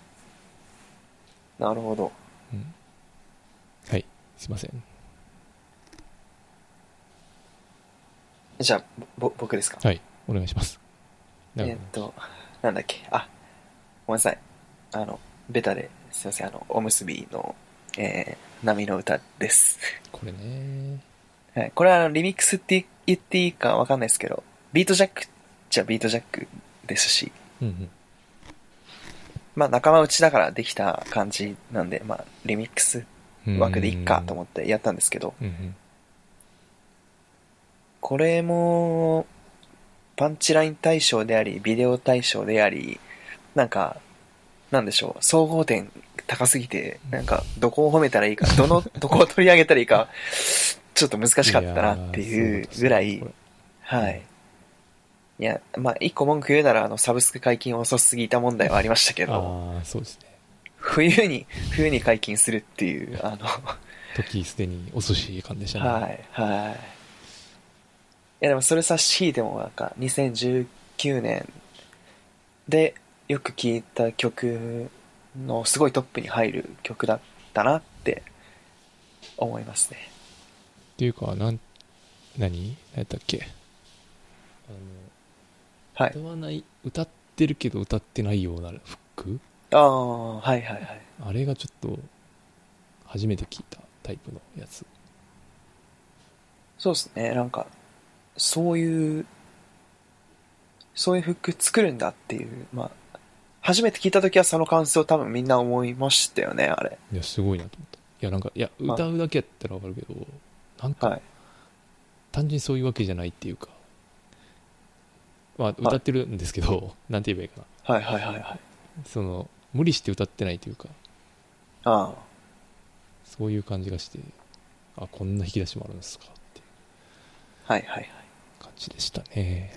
ー、なるほど。 うん、はい、すいません。 じゃあ、ぼ、僕ですか。 はい、お願いします。 えーっと、なんだっけ。あ、ごめんなさい。あの、ベタで、すいません。あの、おむすびの、えー、波の歌です。 これね。 はい。これはあの、リミックスって言っていいかわかんないですけど、ビートジャックじゃビートジャックですし、 うんうん。 まあ仲間内だからできた感じなんで、まあリミックス枠でいっかと思ってやったんですけど、 うんうん、 これも、パンチライン対象であり、ビデオ対象であり、なんか、なんでしょう、総合点高すぎて、なんか、どこを褒めたらいいか、どの、どこを取り上げたらいいか、ちょっと難しかったなっていうぐらい、はい。いや、まあ、一個文句言うなら、あの、サブスク解禁遅すぎた問題はありましたけど、 ああ、そうですね。 冬に、冬に解禁するっていう、あの、 時すでに遅し感でしたね。 はい、はい。いや、でもそれ差し引いても、なんか、にせんじゅうきゅうねんでよく聴いた曲のすごいトップに入る曲だったなって思いますね。 っていうか、なん、何何やったっけ、あの、 はい。 歌わない、歌ってるけど歌ってないようなフック、 ああ、はいはいはい。 あれがちょっと初めて聞いたタイプのやつ。 そうですね。なんかそういうそういうフック作るんだっていう、まあ初めて聞いた時はその感想多分みんな思いましたよね、あれ。 いや、すごいなと思った。いや、なんか、いや、歌うだけやったらわかるけど、なんか、 はい、 単純にそういうわけじゃないっていうか、まあ、歌ってるんですけど、はい、なんて言えばいいかな。はいはいはいはい。 その、無理して歌ってないというか、 ああ。 そういう感じがして、あ、こんな引き出しもあるんですかっていう。 はいはいはい。 感じでしたね。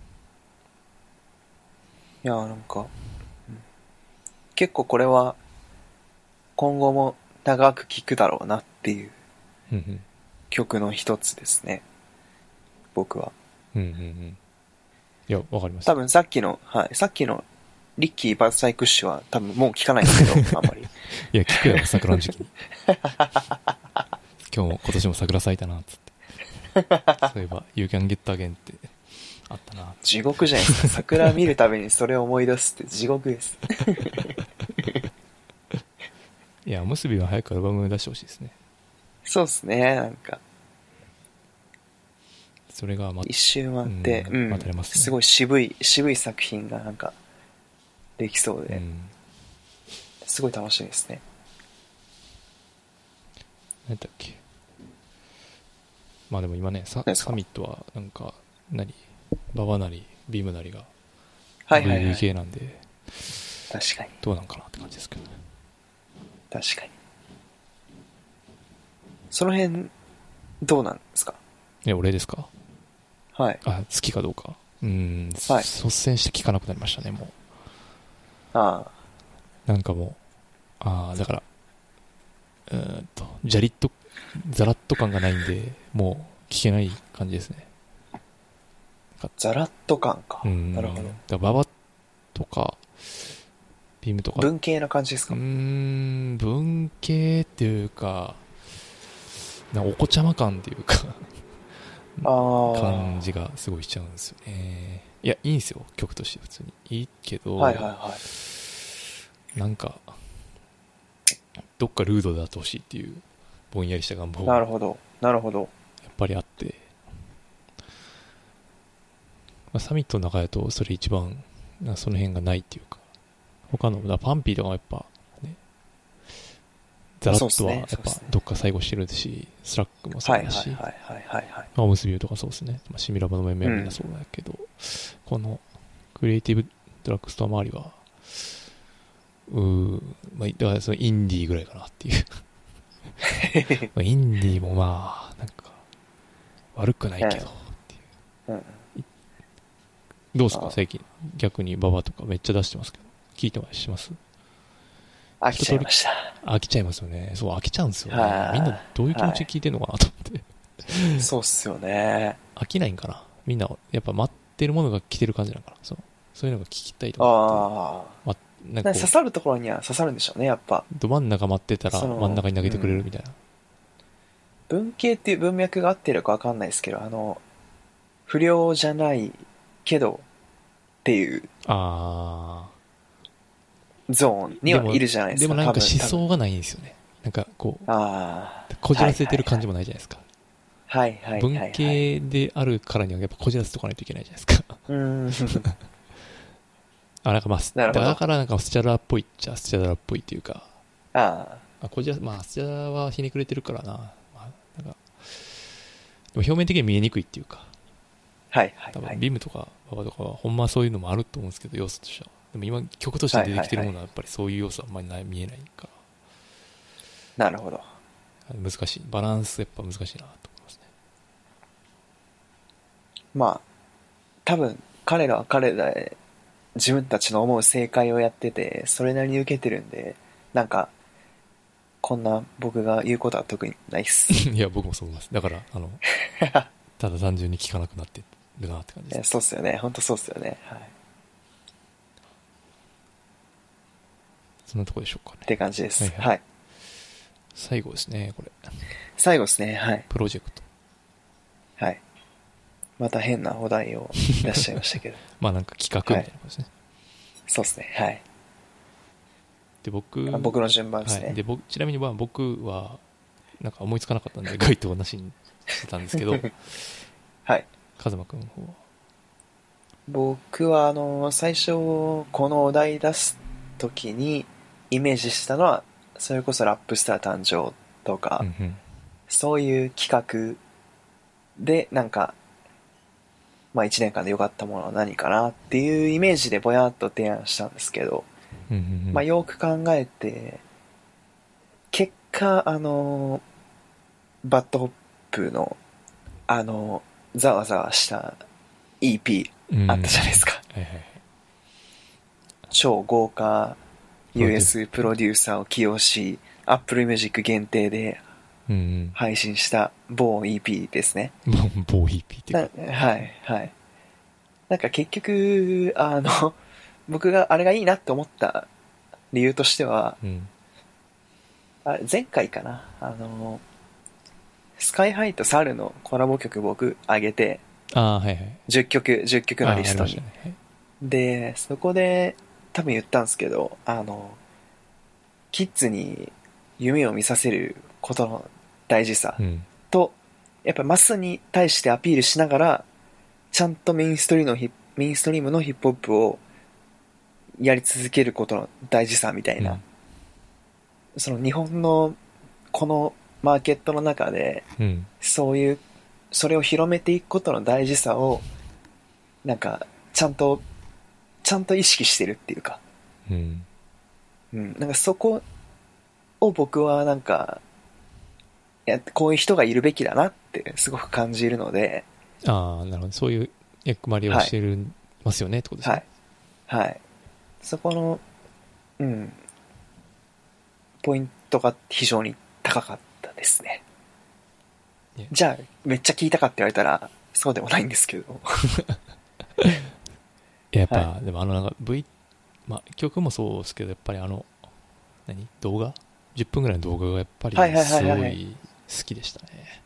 いやーなんか、うん、結構これは今後も長く聴くだろうなっていう曲の一つですね、僕は。 うんうんうん。いや、わかりました。 多分さっきの、はい、さっきのリッキーバーサイクッシュは多分もう聴かないですけど、あんまり。 いや、聞くよ、桜の時期に。今日も、今年も桜咲いたな、つって。そういえば、You Can Get Again ってあったな。 地獄じゃないですか。桜見るたびにそれを思い出すって地獄です。 いや、おむすびは早くアルバム出してほしいですね。 そうですね、なんか。 それが、ま、 一周回って、うん、うん、 待たれますね。 すごい渋い、渋い作品がなんか、できそうで、うん、すごい楽しみですね。 何だっけ。まあでも今ね、サ, サミットはなんか、何ババなり、ビームなりが、 はいはいはい、 ブイブイ 系なんで、 確かに。 どうなんかなって感じですけどね。 確かに。その辺、どうなんですか？ え、俺ですか？ はい。 あ、好きかどうか。うーん、はい、率先して聞かなくなりましたね、もう。 ああ。 なんかもう、ああ、だから、うーんと、ジャリッと、ザラッと感がないんで、も聞けない感じですね。 ザラッと感か。 うん。 なるほど。 だからババとか、ビームとか。 文系な感じですか？ うーん、文系っていうか、なんかお子ちゃま感っていうかあ感じがすごいしちゃうんですよね。いや、いいんですよ、曲として普通に。いいけど、 はいはいはい。 なんか、どっかルードであってほしいっていう、ぼんやりした願望なるほど。なるほど。 やっぱりあって、まあ、サミットの中だとそれ一番その辺がないっていうか、他のパンピーとかもやっぱね、ザラッとはやっぱどっか最後してるし、スラックもそうだし、 はいはいはいはいはい、 まあ、オムスビューとかそうですね、まあ、シミラバの面々はみんなそうだけど、うん、このクリエイティブドラッグストア周りはうー、まあ、だからそのインディーぐらいかなっていうまあインディーもまあなんか悪くないけどっていう、うんうん、どうですか最近逆にババとかめっちゃ出してますけど聞いてもします？ 飽きちゃいました。 飽きちゃいますよね。そう飽きちゃうんですよね。みんなどういう気持ちで聞いてんのかなと思ってそうっすよね。 飽きないんかなみんなやっぱ待ってるものが来てる感じなのかな、そうそういうのが聞きたいとかって、ああ、ま、なんか刺さるところには刺さるんでしょうねやっぱ。 ど真ん中待ってたら真ん中に投げてくれるみたいな、 うん、文系っていう文脈が合ってるか分かんないですけど、あの不良じゃないけどっていうああゾーンにはいるじゃないですか。 でもなんか思想がないんですよね。なんかこうあこじらせてる感じもないじゃないですか。 はいはいはい、 文系であるからにはやっぱこじらせておかないといけないじゃないですか。うんあなんかまあだからなんかスチャダラっぽいっちゃスチャダラっぽいっていうか、ああこじらまあスチャダラはひねくれてるからな、まあ、なんかでも表面的に見えにくいっていうか、 はいはいはい、 多分ビームとかババとかはほんまはそういうのもあると思うんですけど要素としては。でも今曲として出てきてるものはやっぱりそういう要素はあんまりない見えないから。 なるほど。 難しいバランスやっぱ難しいなと思いますね。 まあ多分彼らは彼らで自分たちの思う正解をやっててそれなりに受けてるんで、なんかこんな僕が言うことは特にないっすいや僕もそう思います。だからあのただ単純に聞かなくなってるなって感じです。 そうっすよね、本当そうっすよね。はい。 そんなとこでしょうかね。 って感じです。はい、はいはい。最後ですね、これ。 最後ですね、はい。 プロジェクト。 はい。また変なお題を出しちゃいましたけど。 まあなんか企画みたいなことですね。 はい、そうですね、はい。 で、僕、 僕の順番ですね。 はい、で僕ちなみにまあ僕は、なんか思いつかなかったんで、該当なしにしてたんですけど、 はい。 カズマくんの方は僕は、あの、最初、このお題出すときに、イメージしたのはそれこそラップスター誕生とか、 うんうん、 そういう企画でなんかまあいちねんかんで良かったものは何かなっていうイメージでぼやっと提案したんですけど、 うんうんうん、 まあよく考えて結果あのバッドホップのあのざわざわした イーピー あったじゃないですか、 うんはいはい、 超豪華ユーエス プロデューサーを起用し Apple Music 限定で配信した某 イーピー ですね。 某 イーピー っていうかはいはいなんか結局あの僕があれがいいなって思った理由としては、うん、あれ前回かなあのスカイハイとサルのコラボ曲僕上げてあ、はいはい、 じゅっきょくじゅっきょくのリストに、ねはい、でそこで多分言ったんですけどあのキッズに夢を見させることの大事さと、うん、やっぱマスに対してアピールしながらちゃんとメインストリームのヒメインストリームのヒップホップをやり続けることの大事さみたいな、うん、その日本のこのマーケットの中で、うん、そういうそれを広めていくことの大事さをなんかちゃんとちゃんと意識してるっていうか、うんうん、なんかそこを僕はなんかいやこういう人がいるべきだなってすごく感じるので、 ああなるほどそういう役割をしてる、はい、ますよねってことですね。 はい、はい、そこのうんポイントが非常に高かったですね。 Yeah. じゃあめっちゃ聞いたかって言われたらそうでもないんですけどいややっぱ、 はでもあのなんか V、まあ曲もそうですけど、やっぱりあの何動画じゅっぷんぐらいの動画がやっぱりはいはいはすいはいごい好きでしたね。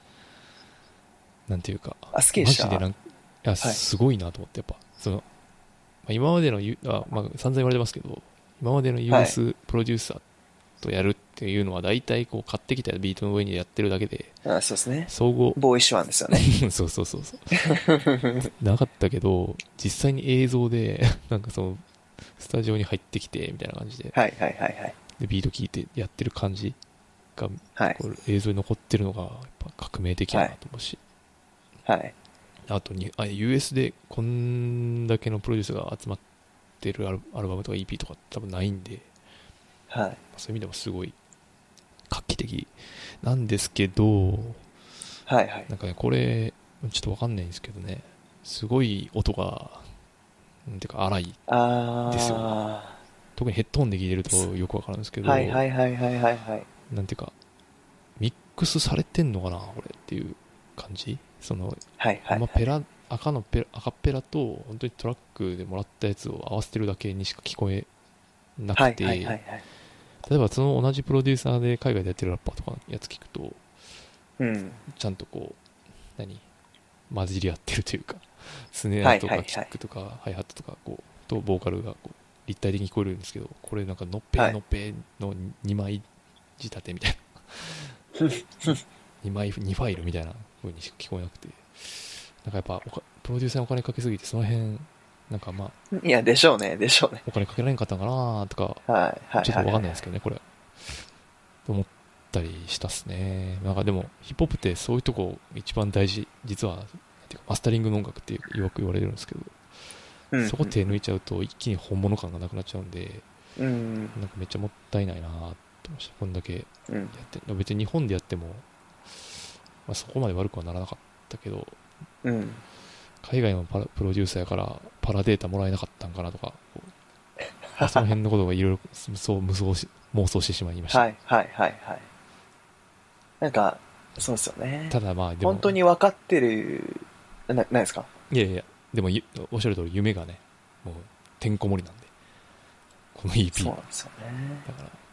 なんていうか、 あ好きでしたマジでなんかいや、 はいすごいなと思って、やっぱその、まあ、今までのゆあ、まあ、散々言われてますけど、今までの ユーエス プロデューサーとやるっていうのは大体こう買ってきたビートの上にやってるだけで、 あそうですね総合ボーイッシュワンですよねそうそうそうそうなかったけど、実際に映像でなんかそのスタジオに入ってきてみたいな感じで、 はいはいはいはいでビート聴いてやってる感じが、 はいこれ映像に残ってるのがやっぱ革命的だなと思うし、 はいあとにあ ユーエス でこんだけのプロデュースが集まってるアルアルバムとか イーピー とか多分ないんで、 はいそういう意味でもすごい画期的なんですけど、 はいはいなんかねこれちょっとわかんないんですけどね、すごい音がなんていうか荒い、 あですよあ特にヘッドホンで聴いてるとよくわかるんですけど、 はいはいはいはいはいはいなんていうかミックスされてんのかなこれっていう感じ。そのはいはいあんまペラ赤のペラ赤ペラと本当にトラックでもらったやつを合わせてるだけにしか聞こえなくて、 はいはいはいはい例えばその同じプロデューサーで海外でやってるラッパーとかのやつ聞くとうんちゃんとこう何混じり合ってるというか、スネアとはいはいはいかキックとかハイハットとかこうとボーカルがこう立体的に聞こえるんですけど、これなんかのっぺはいのっぺのにまい仕立てみたいなにまいにファイルみたいな風にしか聞こえなくて、なんかやっぱおかプロデューサーにお金かけすぎてその辺なんかまあいやでしょうねでしょうねお金かけられんかったんかなとかはいはいちょっとわかんないですけけどねこれと思ったりしたっすね。なんかでもヒップホップってそういうとこ一番大事、実はなんていうかマスタリングの音楽ってよく言われるんですけど、 ど、うん、 そこ手抜いちゃうと一気に本物感がなくなっちゃうんで、 うんなんかめっちゃもったいないなと思いました。こんだけやうんって別に日本でやっても、まあ、そこまで悪くはならなかったけど、 うん海外のパラプロデューサーやからパラデータもらえなかったんかなとか、こうまあその辺のことがいろいろそう無想し妄想してしまいました。 はいはいはいはいなんかそうですよねただまあでも本当に分かってるななんですか。 いやいやでもゆおっしゃる通り夢がねもうてんこ盛りなんでこの イーピーそうなんですよねだ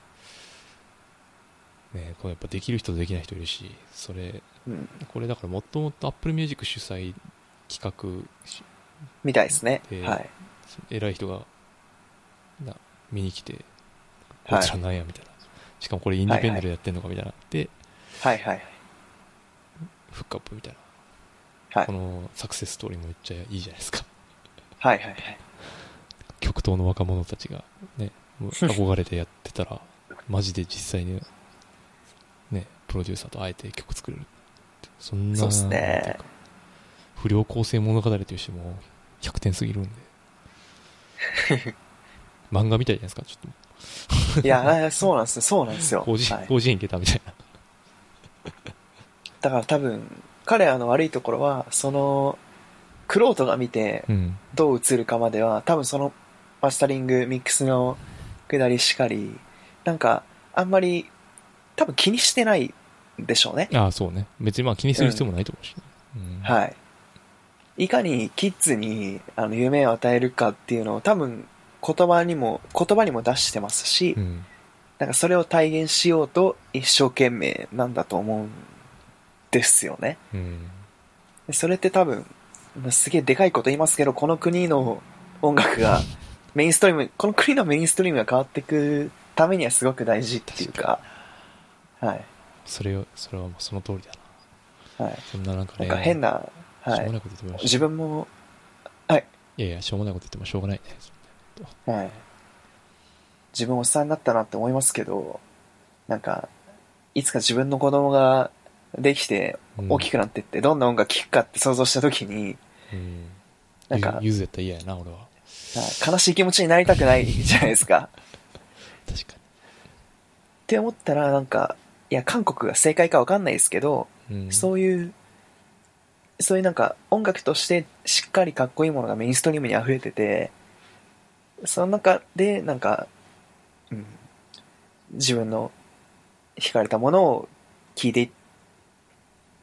からね、これやっぱできる人とできない人いるし、それうんこれだからもともと Apple Music 主催企画しみたいですねではい偉い人がな見に来てはいこちらなんやみたいな、しかもこれインディペンデントでやってんのかみたいな、ではいはいフックアップみたいな、 はいこのサクセスストーリーもめっちゃいいじゃないですか。 はいはいはい極東の若者たちがねもう憧れてやってたらマジで実際にねプロデューサーと会えて曲作れるって、そんなそうっすねなんていうか不良構成物語としてもひゃくてんすぎるんで漫画みたいじゃないですか。ちょっといやそうなんですよそうなんですよ広辞はい広辞苑行けたみたいな。 だから多分彼らの悪いところはそのクロートが見てうんどう映るかまでは多分そのマスタリングミックスの下りしかりなんかあんまり多分気にしてないでしょうね。 ああそうね、別にまあ気にする必要もないと思うし、ねうんはいいかにキッズにあの夢を与えるかっていうのを多分言葉にも言葉にも出してますし、 うんなんかそれを体現しようと一生懸命なんだと思うんですよね。 うんでそれって多分まあすげえでかいこと言いますけど、この国の音楽がメインストリームこの国のメインストリームが変わっていくためにはすごく大事っていうか、はいそれをそれはもうその通りだな。 はい、 そんななんかねなんか変な、はいしょうもないこと言ってました。 自分もはいいやいやしょうもないこと言ってもしょうがないね。 はい自分おっさんになったなって思いますけど、なんかいつか自分の子供ができて大きくなってってどんな音楽聴くかって想像した時に、 うんなんかゆゆずやったら嫌やな俺は。 はい悲しい気持ちになりたくないじゃないですか確かって思ったらなんかいや韓国が正解か分かんないですけど、 に、うん、 そういうそういうなんか音楽としてしっかりかっこいいものがメインストリームに溢れてて、その中でなんか、うん、自分の惹かれたものを聴いていっ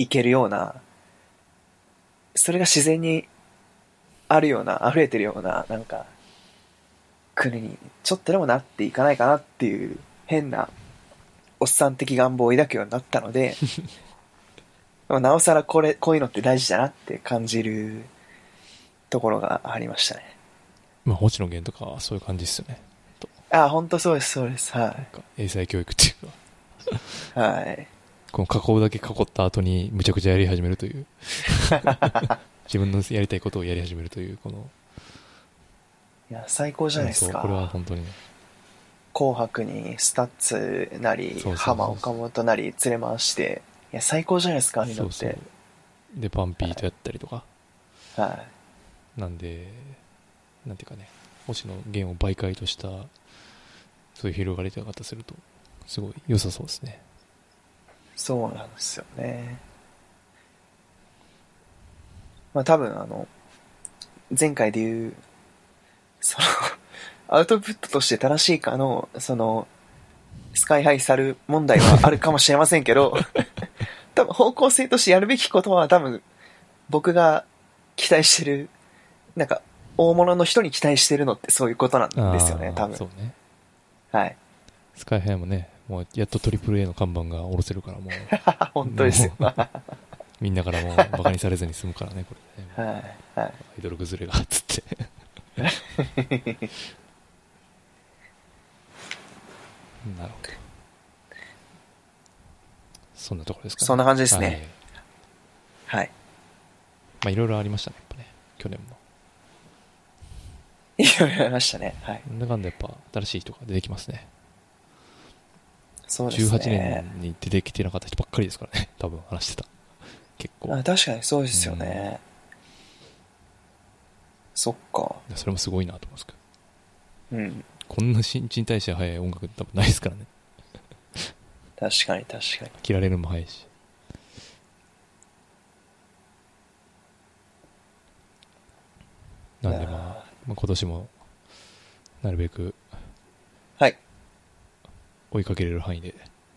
いけるような、それが自然にあるような、溢れてるような、なんか、国にちょっとでもなっていかないかなっていう変なおっさん的願望を抱くようになったのでなおさらこれこういうのって大事だなって感じるところがありましたね。 まあ星野源とかはそういう感じですよね。 ああ本当そうですそうです。はい。なんか英才教育っていうかはいこの囲うだけ囲った後にむちゃくちゃやり始めるという自分のやりたいことをやり始めるというこのいや最高じゃないですか。 これは本当にね、 紅白にスタッツなりそうそうそう浜岡本なり連れ回して、いや最高じゃないですかああいうのって。 そうそうでパンピーとやったりとか、 はい、 なんでなんていうかね、星野源を媒介としたそういう広がり方するとすごい良さそうですね。 そうなんですよね。まあ多分あの前回で言うそのアウトプットとして正しいかのそのスカイハイサル問題はあるかもしれませんけど多分方向性としてやるべきことは多分僕が期待してるなんか大物の人に期待してるのってそういうことなんですよね多分。 そうね。 はい。 スカイハイもねもうやっと トリプルエー の看板が下ろせるからもう本当ですよみんなからもうバカにされずに済むからねこれね、 はいはい、 アイドル崩れがっつってなるほど。そんなところですかね。 そんな感じですね。はい。はい、 まあいろいろありましたね、やっぱね。去年も。 いろいろありましたね。はい。 なんだかんだやっぱ新しい人が出てきますね。 そうですね。 じゅうはちねんに出てきてなかった人ばっかりですからね。多分話してた。結構。 あ、確かにそうですよね。うん、そっか。 それもすごいなと思うんですけど。うん。 こんな新陳代謝早い音楽多分ないですからね。 確かに確かに。 切られるのも早いし。なんでまあ、まあ、今年もなるべくはい追いかけれる範囲で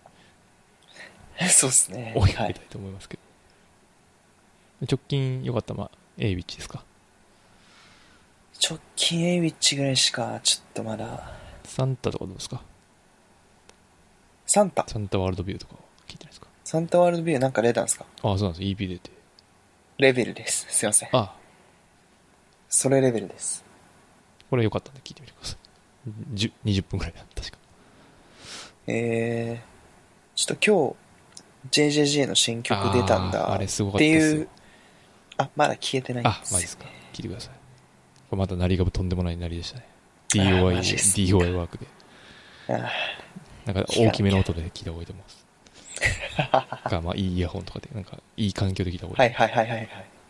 そうですね追いかけたいと思いますけど、はい、直近良かったまあ A ウィッチですか。 直近 A ウィッチぐらいしかちょっとまだ。 サンタとかどうですか。 サンタサンタワールドビューとか聞いてないですか。 サンタワールドビューなんか出たんですか。 ああそうなんです。 イーピー 出てレベルです。すいません。 ああそれレベルです。 これ良かったんで聞いてみてください。にじゅっぷんぐらいだ確か。 えー、ちょっと今日 ジェイジェイジェイ の新曲出たんだあれすごかっったですよ。 ていう。あまだ消えてないんですよ、ね、 あマジですか。聞いてください。これまた鳴りがとんでもない鳴りでしたね。 ディーオーアイ ディーオーアイ ワークであなんか大きめの音で聞いた方がいいと思いますかまあいいイヤホンとかでなんかいい環境で聞いた方がいい。 はいはいはいはいはい。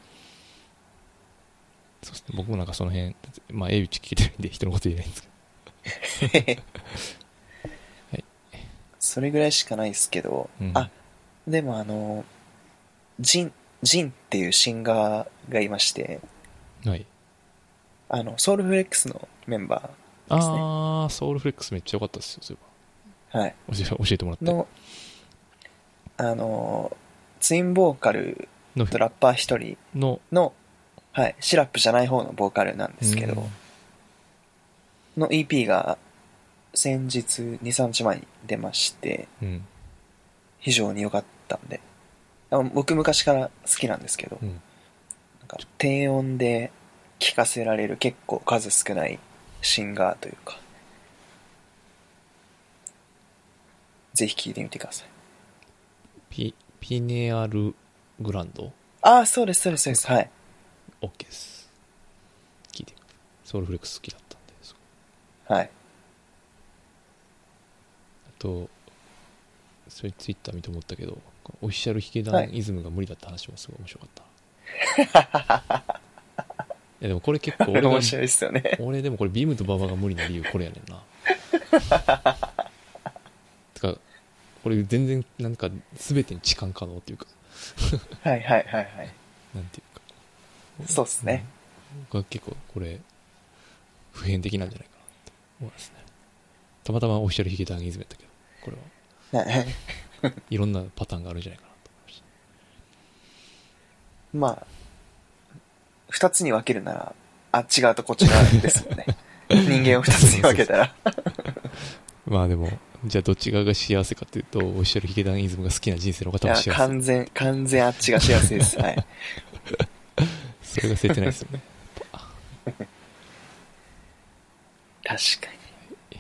そうですね。僕もなんかその辺まあ A ウィッチ聞いてるんで人のこと言えないんですけどはい、 それぐらいしかないですけど、うん、あでもあのジンジンっていうシンガーがいまして、はい、あのソウルフレックスのメンバーですね。 ああソウルフレックスめっちゃ良かったですよそういえば。はい教え、教えてもらってのあのツインボーカルとラッパー一人ののはい、シラップじゃない方のボーカルなんですけど、の イーピー が先日 にさんにちまえに出まして、うん、非常に良かったんで、僕昔から好きなんですけど、うん、なんか低音で聴かせられる結構数少ないシンガーというか、ぜひ聴いてみてください。 ピ、ピネアルグランド。 ああ、そうですそうですそうです。はい。 OK です。聞いてみる。ソウルフレックス好きだったんで。 はい。 あと、それツイッター見て思ったけど、オフィシャルヒゲダンイズムが無理だった話もすごい面白かった。はい、いやでもこれ結構俺が面白いっすよね。 俺でもこれビームとババが無理な理由これやねんな。てかこれ全然なんか全てに置換可能っていうか。 はいはいはいはい。 なんていうか。 そうっすね。 僕は結構これ普遍的なんじゃないかなって思いますね。たまたまオフィシャルヒゲダンイズムやったけどこれは。いろんなパターンがあるんじゃないかなと思いましまあ、二つに分けるなら、あっち側とこっち側ですよね。人間を二つに分けたら。 まあでも、じゃあどっち側が幸せかっていうと、オフィシャルヒゲダンイズムが好きな人生の方いや、 は幸せ。 完全、完全あっちが幸せです。はい。 それがせてないですよね。 確かに。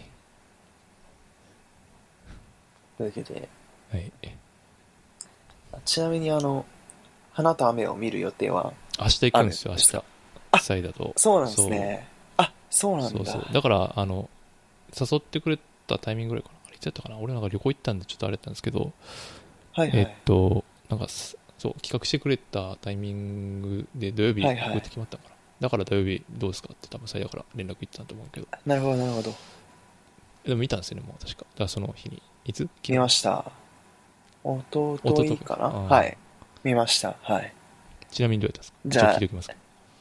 というわけで、 はい。 ちなみにあの、花と雨を見る予定は明日行くんですよ、明あるんですか？ 日。サイだと。 そうなんですね。あ、そうなんだ。 そうそう。だから、あの、誘ってくれたタイミングぐらいかな。いつやったかな。俺なんか旅行行ったんでちょっとあれだったんですけど、 はいはい。 えっと、なんか、そう、企画してくれたタイミングで土曜日行くって決まったから。はいはい、だから土曜日どうですかって多分サイだから連絡行ってたと思うけど。 なるほど、なるほど。 でも見たんですよね、もう確か。だからその日に。いつ見ました。おとといかな。はい。見ました。はい。 ちなみにどうやったんですか？ じゃあ、 聞いておきますか？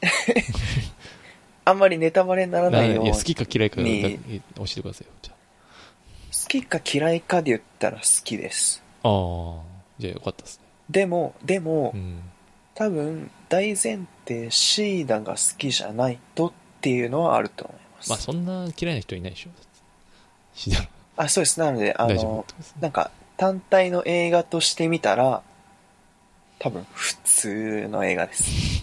あんまりネタバレにならないように。 いや、好きか嫌いか教えてくださいよ。じゃあ好きか嫌いかで言ったら好きです。 ああ、じゃあよかったですね。 でも、でも、 うん、 多分、大前提シーダが好きじゃないとっていうのはあると思います。 まあそんな嫌いな人いないでしょ。シーダ。 あ、そうです。なので、あの、なんか、単体の映画として見たら、多分、普通の映画です。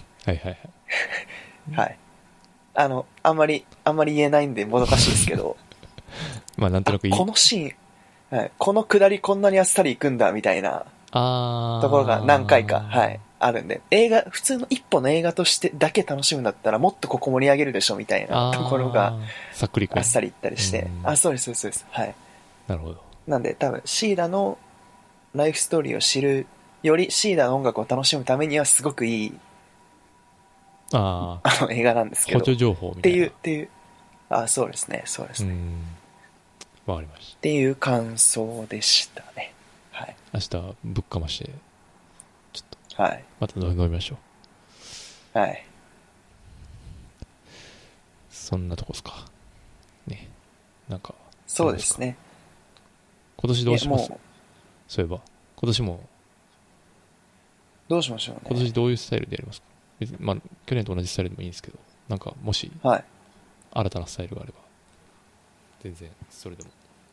はいはいはい。 はい。あの、あんまり、あんまり言えないんでもどかしいですけど。 まあなんとなくいい。 このシーン、はい、この下りこんなにあっさり行くんだみたいなところが何回か、はい、あるんで、映画、普通の一本の映画としてだけ楽しむんだったらもっとここ盛り上げるでしょみたいなところが、 さっくりあっさり行ったりして、あ、そうです、そうです、はい。 なるほど。 なんで多分、シーダのライフストーリーを知るより、シーダの音楽を楽しむためにはすごくいい、 ああの映画なんですけど。 補助情報みたいな。 っていう、っていう、あ、そうですね、そうですね。 わかりました。 っていう感想でしたね。はい。 明日ぶっかまして、ちょっと、 はい。 また飲みましょう。はい。 そんなとこですか。ね。なんか。 そうですね。 今年どうします？そういえば。今年も。 どうしましょうね。 今年どういうスタイルでやりますか？別に、まあ、去年と同じスタイルでもいいんですけど、なんか、もし、 はい。 新たなスタイルがあれば、全然、それでも、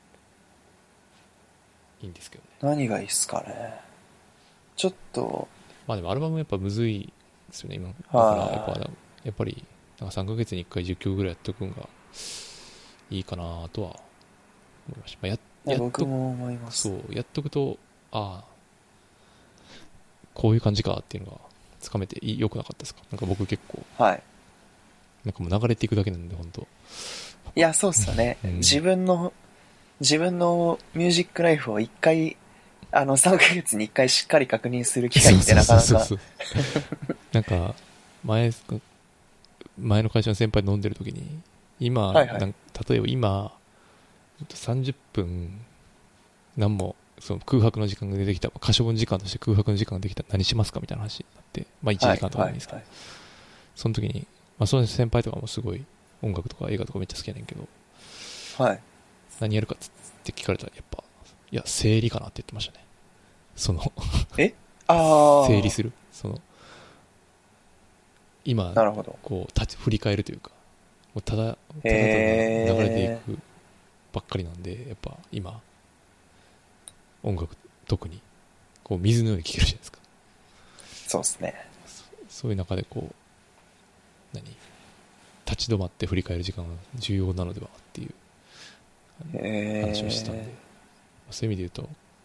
いいんですけどね。 何がいいっすかね。ちょっと。 まあでもアルバムやっぱむずいですよね、今。だからやっぱ、やっぱり、なんかさんかげつにいっかいじゅっきょくぐらいやっておくんがいいかなとは思いました。まあ、ややっ僕も思います。 そう、やっとくと、ああ、こういう感じかっていうのがつかめて良くなかったですか？なんか僕結構、 はい。 なんかもう流れていくだけなんで、本当。 いや、そうっすよね。うん、自分の、自分のミュージックライフを一回、あの、さんかげつに一回しっかり確認する機会ってなかなか。そうそうそうそうなんか、前、前の会社の先輩飲んでる時に、今、はいはい、なん例えば今、さんじゅっぷん、何も、その空白の時間が出てきた、可処分時間として空白の時間ができたら何しますかみたいな話になって、まあいちじかんとかでいいんですけど、はいはいはい、その時に、まあその先輩とかもすごい音楽とか映画とかめっちゃ好きやねんけど、 はい。 何やるかって聞かれたらやっぱ、いや、整理かなって言ってましたね。そのえああ。 整理する。その、今、 なるほど。 こう、立ち、振り返るというか、もうただ、ただただ流れていくばっかりなんで、やっぱ今、音楽特にこう水のように聴けるじゃないですか。 そうですね。 そ, そういう中でこう何立ち止まって振り返る時間が重要なのではっていう話をしたんで、そういう意味で言うと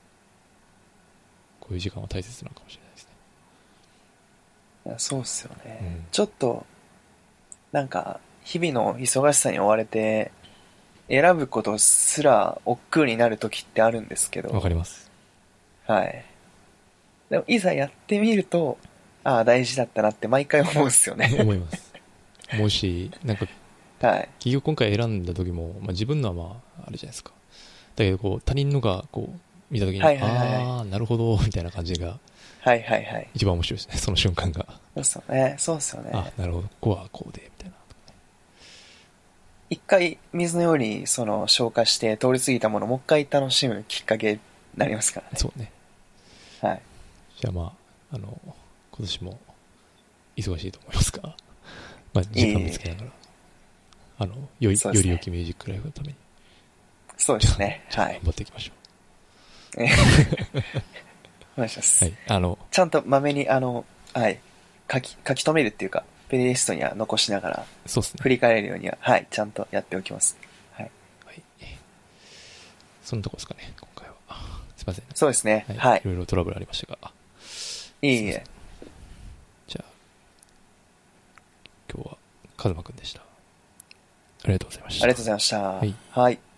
こういう時間は大切なのかもしれないですね。 いやそうっすよね、うん、ちょっとなんか日々の忙しさに追われて選ぶことすら億劫になる時ってあるんですけど。 わかります。 はい。でもいざやってみると、ああ大事だったなって毎回思うんですよね。 思います。思うし、なんか、はい。企業今回選んだ時も、まあ、自分のはまああれじゃないですか。だけどこう他人のがこう見た時に、はいはいはい、ああなるほどみたいな感じが、 はいはいはい。 一番面白いですね。その瞬間が。 そうっすよね。そうっすよね。 あなるほど。ここはこうでみたいな。 一回水のようにその消化して通り過ぎたものをもう一回楽しむきっかけになりますからね。 そうね。 はい。 じゃあまああの今年も忙しいと思いますが、まあ、時間見つけながら、あの、より、より良きミュージックライブのために。 そうですね。はい。 頑張っていきましょう。お願いします。 はい。あの、 ちゃんとまめに、あの、はい。書き、書き留めるっていうか、プレイリストには残しながら、 そうですね。 振り返れるようには、はい。ちゃんとやっておきます。はい。 はい。そんなとこですかね、今回は。すいません。 そうですね。 はい。 はい。 いろいろトラブルありましたが。 いえいえ。 じゃあ、今日は、カズマくんでした。ありがとうございました。 ありがとうございました。 はい。 はい。